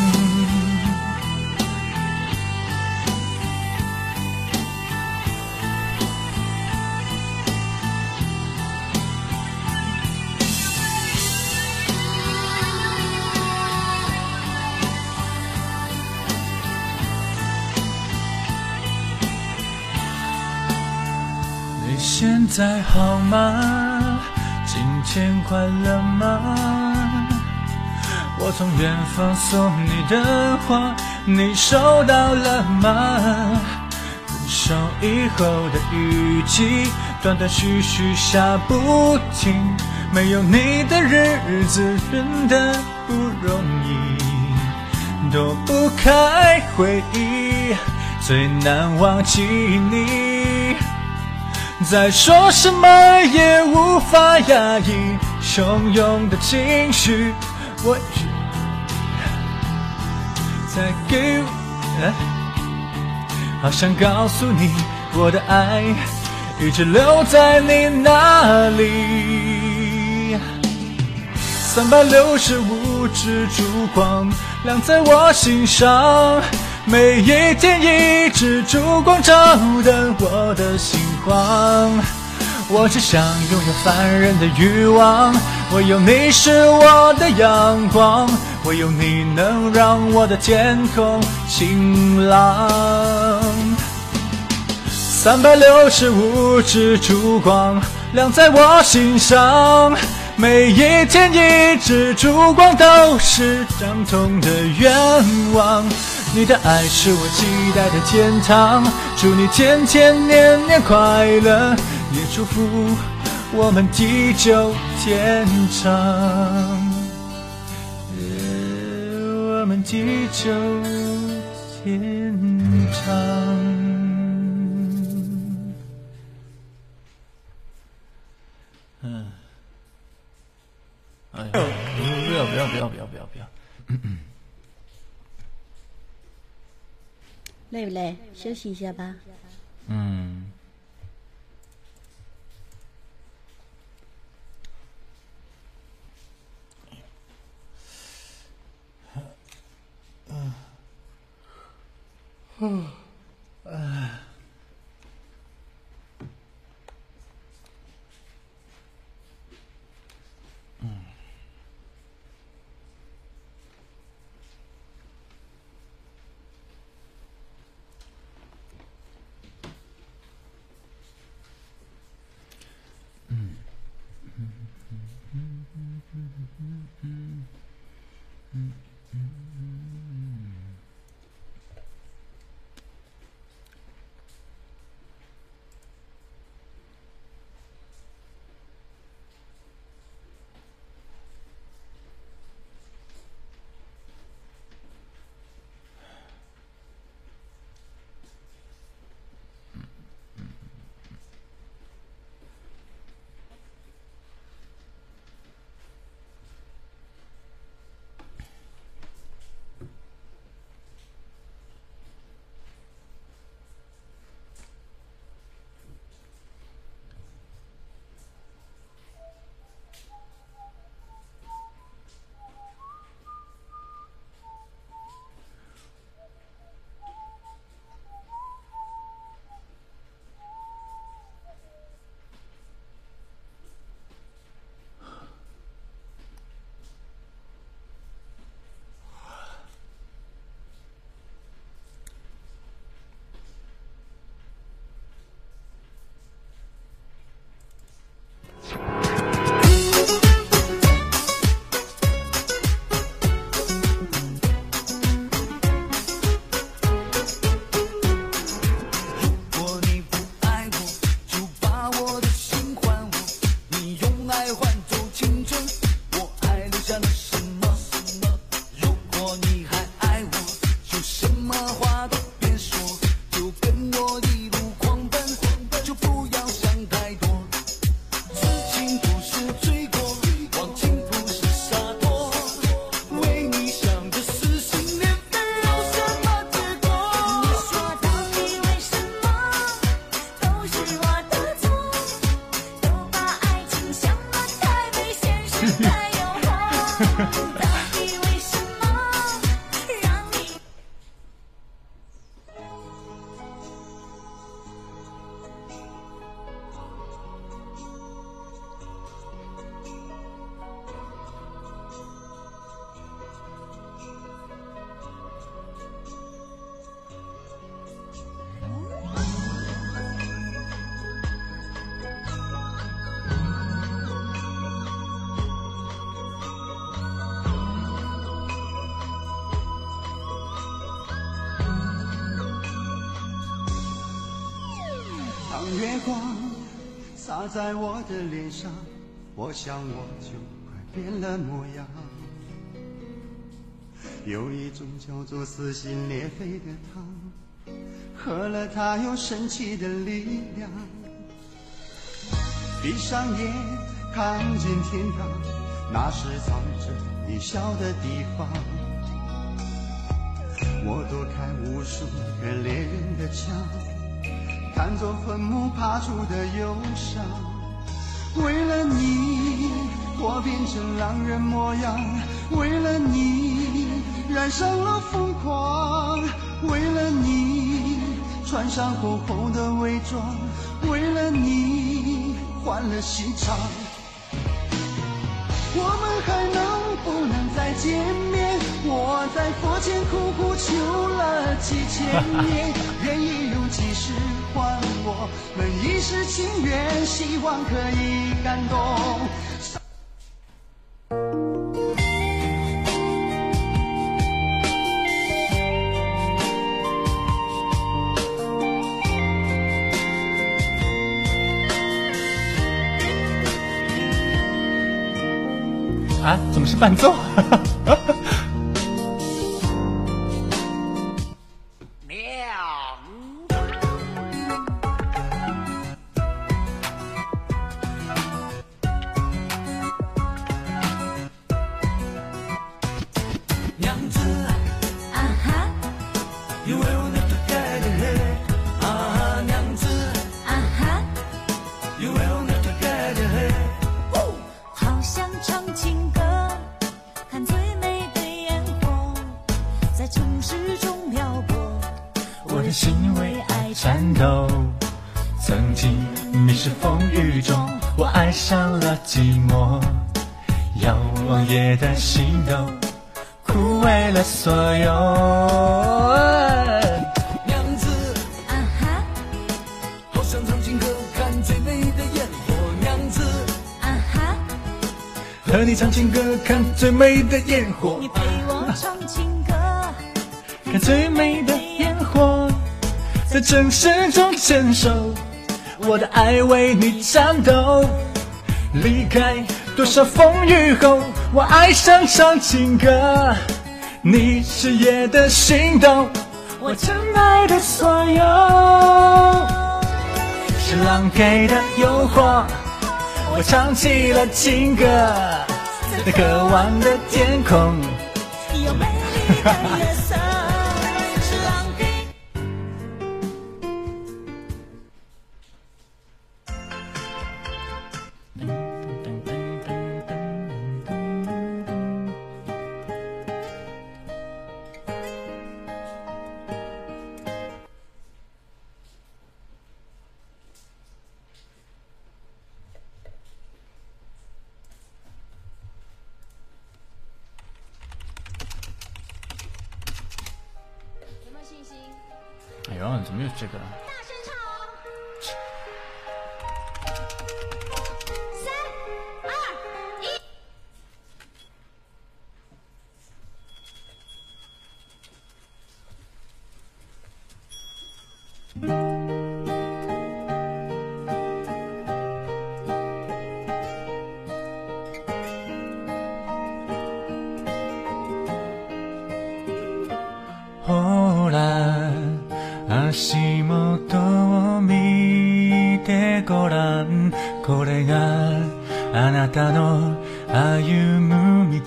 现在好吗？今天快乐吗？我从远方送你的花，你收到了吗？分手以后的雨季，断断续续下不停，没有你的日子真的不容易，躲不开回忆，最难忘记你。再说什么也无法压抑汹涌的情绪，我再给我、啊、好想告诉你，我的爱一直留在你那里。三百六十五支烛光亮在我心上，每一天一支烛光照得我的心慌。我只想拥有凡人的欲望，唯有你是我的阳光，唯有你能让我的天空晴朗。三百六十五支烛光亮在我心上，每一天一支烛光都是相同的愿望。你的爱是我期待的天堂，祝你天天年年快乐， 也祝福我们地久天长，我们地久天长。 嗯，哎呀，不要不要不要不要不要不要， 累不累？休息一下吧。 嗯。嗯。嗯。哎。 月光洒在我的脸上，我想我就快变了模样。有一种叫做撕心裂肺的汤，喝了它有神奇的力量。闭上眼看见天堂，那是藏着你笑的地方。我躲开无数个猎人的枪，看作坟墓爬出的忧伤。为了你我变成狼人模样，为了你染上了疯狂，为了你穿上厚厚的伪装，为了你换了心肠。我们还能不能再见面？我在佛前苦苦求了几千年，愿意用几世还我们一世情缘，希望可以感动。 啊，怎么是伴奏？ 心为爱颤抖，曾经迷失风雨中，我爱上了寂寞，遥望夜的星斗，枯萎了所有。娘子，啊哈，好想唱情歌，看最美的烟火。娘子，啊哈，和你唱情歌，看最美的烟火。你陪我唱情歌，看最美的烟火。在城市中牵手，我的爱为你颤抖。离开多少风雨后，我爱上唱情歌。你是夜的心动，我真爱的所有。是浪给的诱惑，我唱起了情歌。在渴望的天空，有美丽的月色。 哎呦，怎么又这个？ 大声唱哦！三、二、一。 ほら足元を見てごらん、これがあなたの歩む道。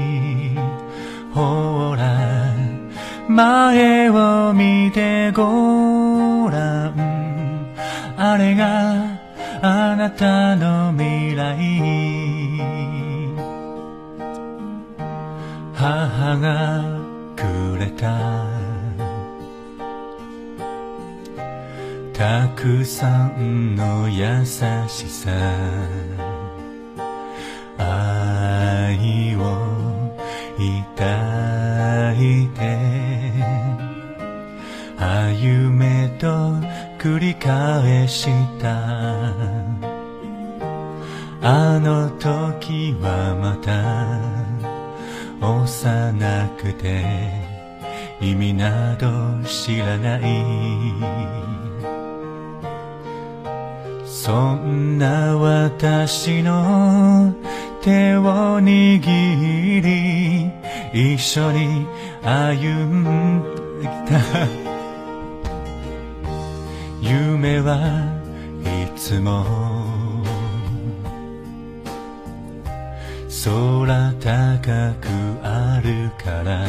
ほら前を見てごらん、あれがあなたの未来。母がくれたたくさんの優しさ、愛をいたいて、歩めと繰り返した。あの時はまた幼くて意味など知らない、そんな私の手を握り一緒に歩んできた。夢はいつも空高くあるから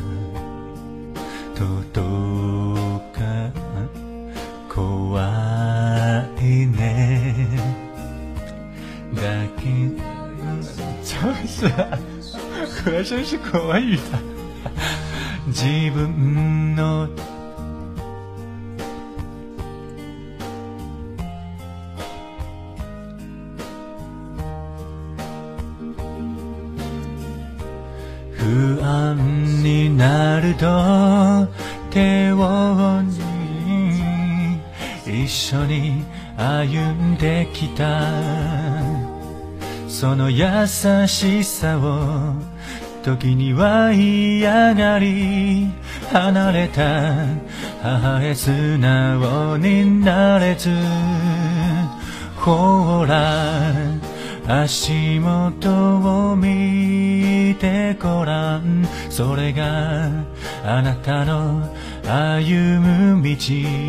届か怖いねだけ就是和声是国语的。自分の不安になると手を握り一緒に歩んできた。その優しさを時には嫌がり、離れた母へ素直になれず、ほら足元を見てごらんそれがあなたの歩む道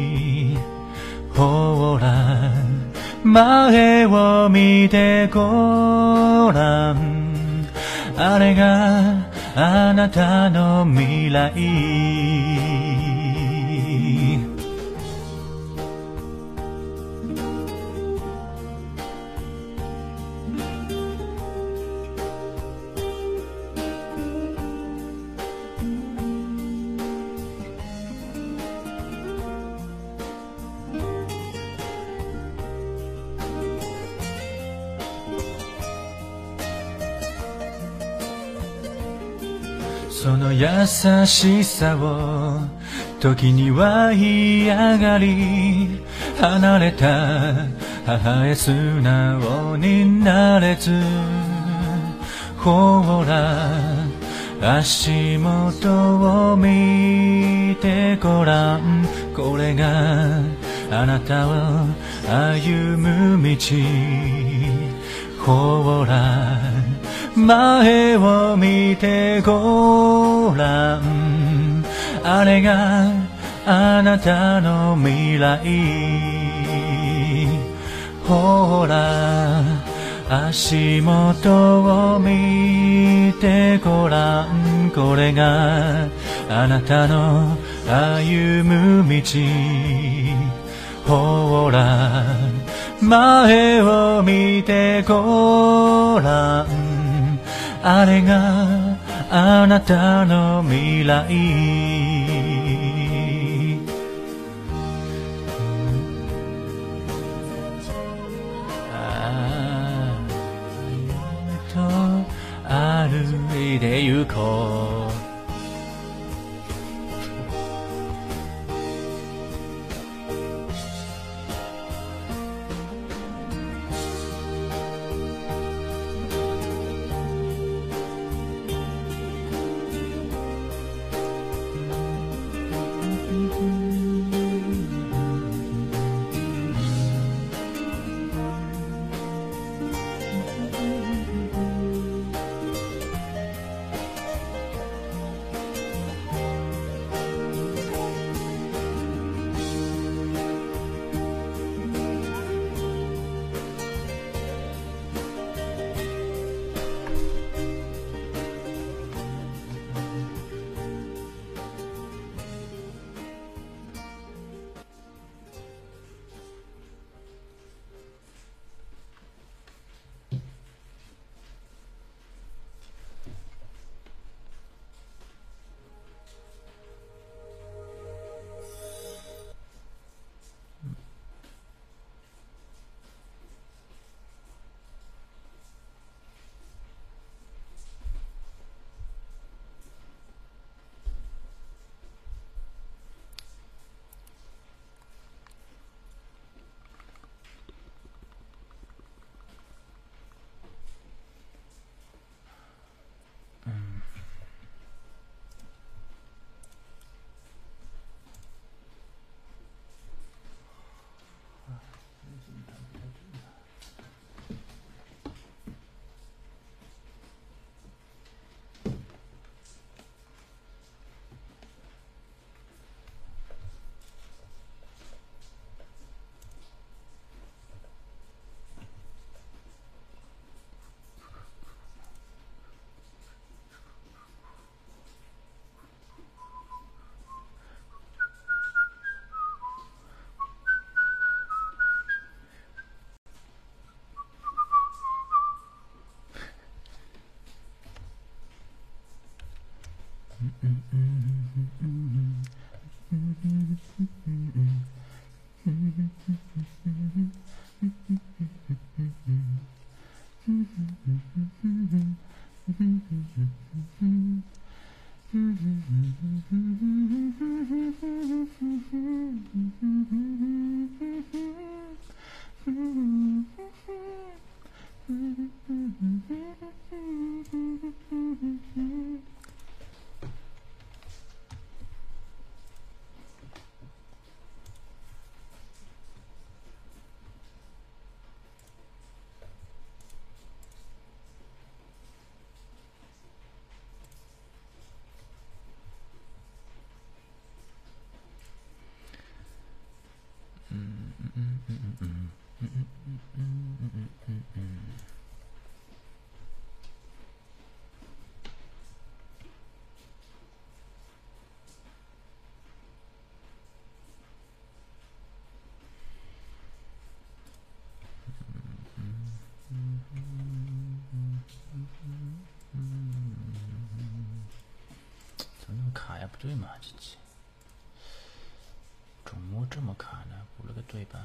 ほら前を見てごらんあれがあなたの未来その優しさを時には嫌がり離れた母へ素直になれずほら足元を見てごらんこれがあなたを歩む道ほら前を見てごらんあれがあなたの未来ほら足元を見てごらんこれがあなたの歩む道ほら前を見てごらんあれがあなたの未来歩いて行こう不对嘛，这这怎么这么卡呢？补了个对吧？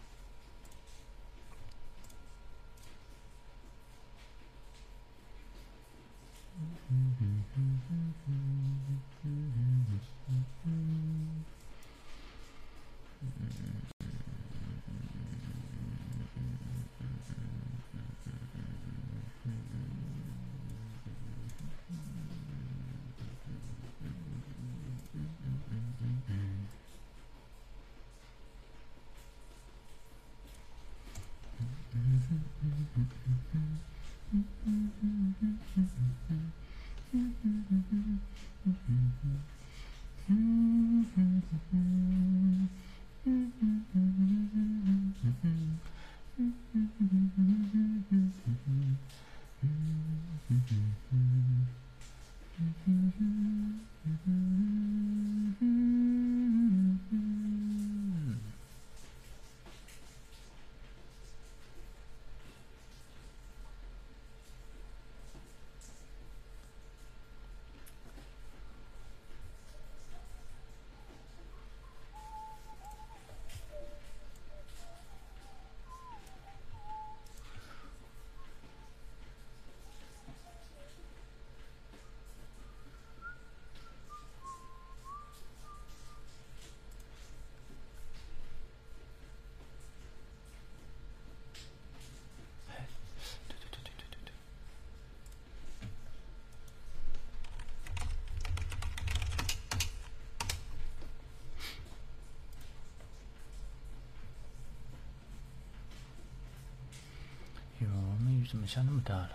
哟，那雨怎么下那么大了？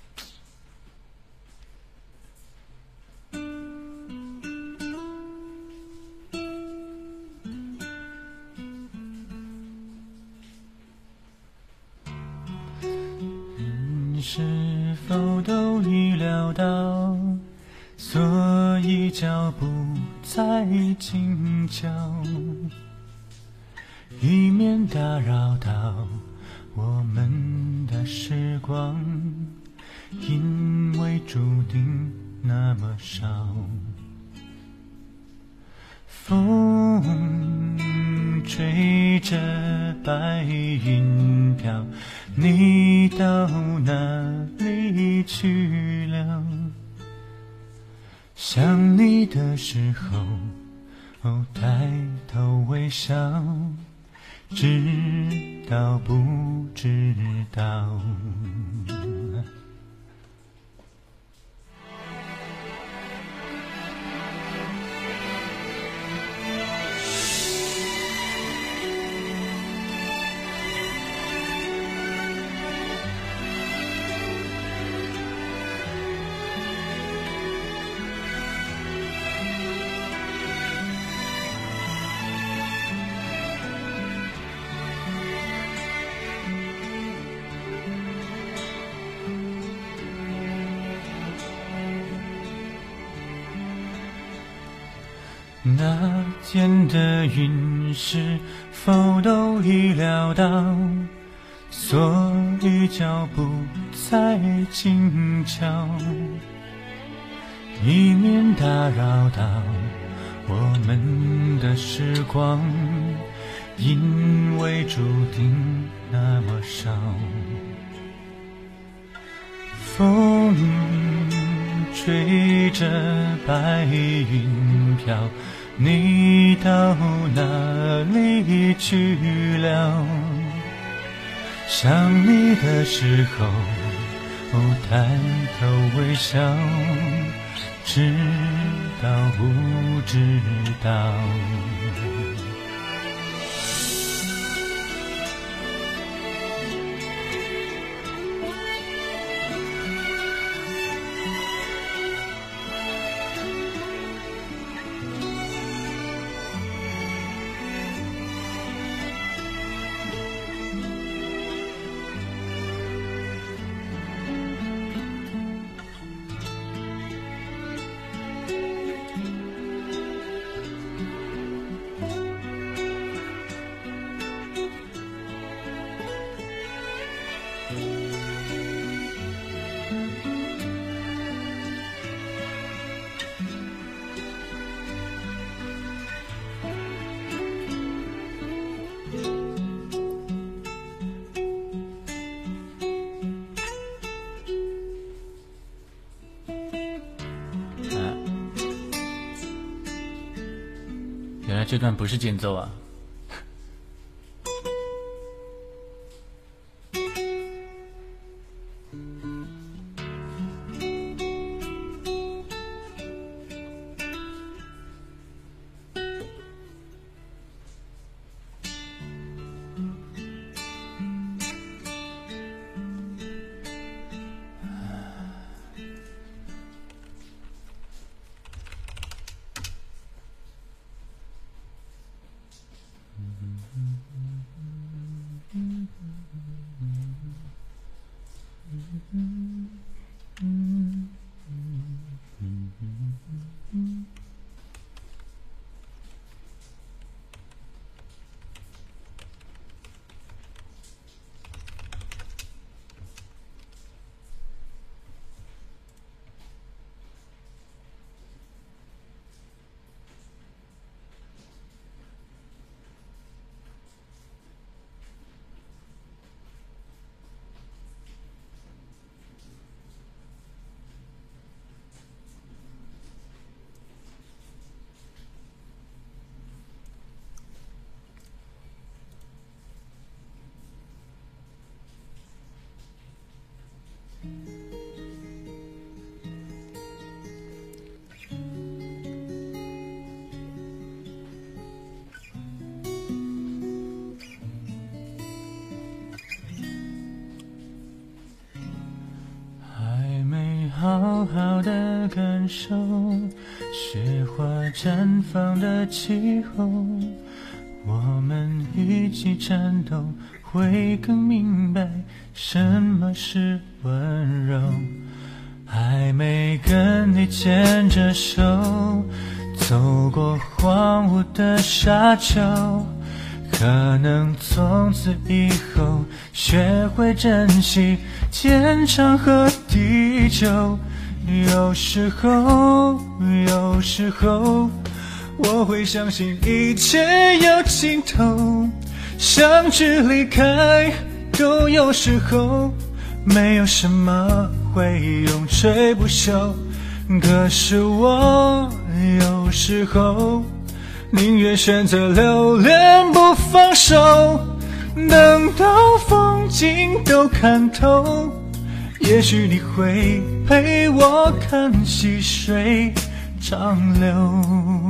你是否都预料到，所以脚步再轻巧，以免打扰到我们的时光，因为注定那么少。风吹着白云飘，你到哪里去了？想你的时候，哦，抬头微笑，知道不知道？那天的云是否都预料到，所以脚步再轻巧，以免打扰到我们的时光，因为注定那么少。风吹着白云飘，你到哪里去了？想你的时候，哦，抬头微笑，知道不知道？ 这段不是间奏啊。好好的感受雪花绽放的气候，我们一起颤抖，会更明白什么是温柔。还没跟你牵着手走过荒芜的沙丘，可能从此以后学会珍惜天长和地久。有时候有时候我会相信一切有尽头，相聚离开都有时候，没有什么会永垂不朽。可是我有时候宁愿选择留恋不放手，等到风景都看透，也许你会陪我看细水长流。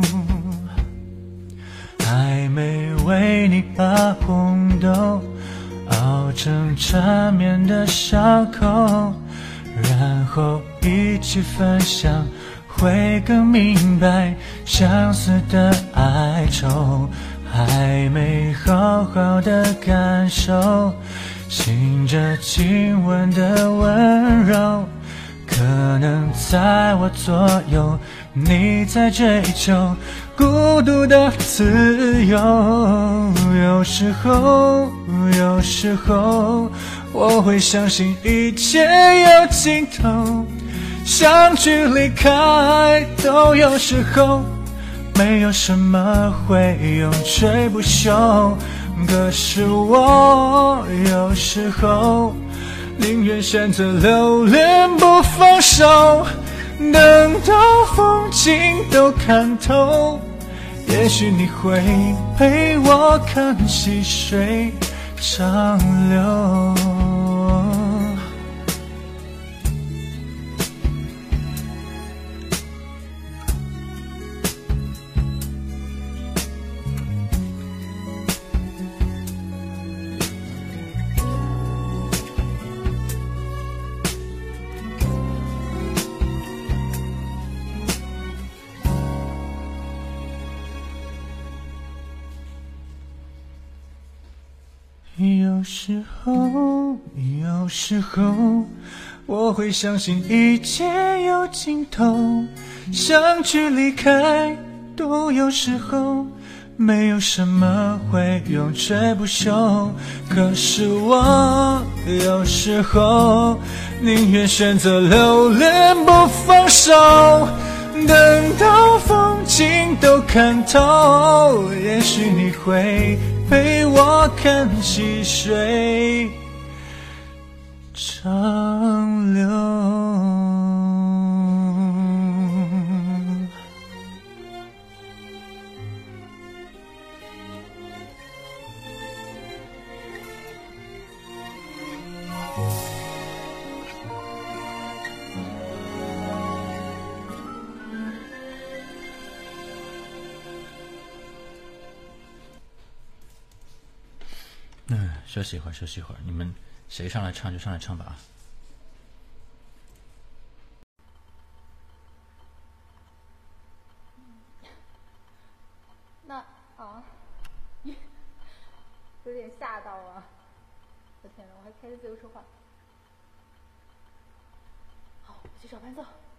还没为你把红豆熬成缠绵的小口，然后一起分享，会更明白相似的哀愁。还没好好的感受醒着亲吻的温柔，可能在我左右，你在追求孤独的自由。有时候有时候我会相信一切有尽头，相聚离开都有时候，没有什么会永垂不朽。可是我有时候宁愿选择留恋不放手，等到风景都看透，也许你会陪我看细水长流。有时候有时候我会相信一切有尽头，相聚离开都有时候，没有什么会永垂不朽。可是我有时候宁愿选择留恋不放手，等到风景都看透，也许你会陪我看细水长流。 嗯，休息一会儿，休息一会儿，你们谁上来唱就上来唱吧啊。 那啊，有点吓到了。我天哪，我还开始自由说话。好，我去找伴奏。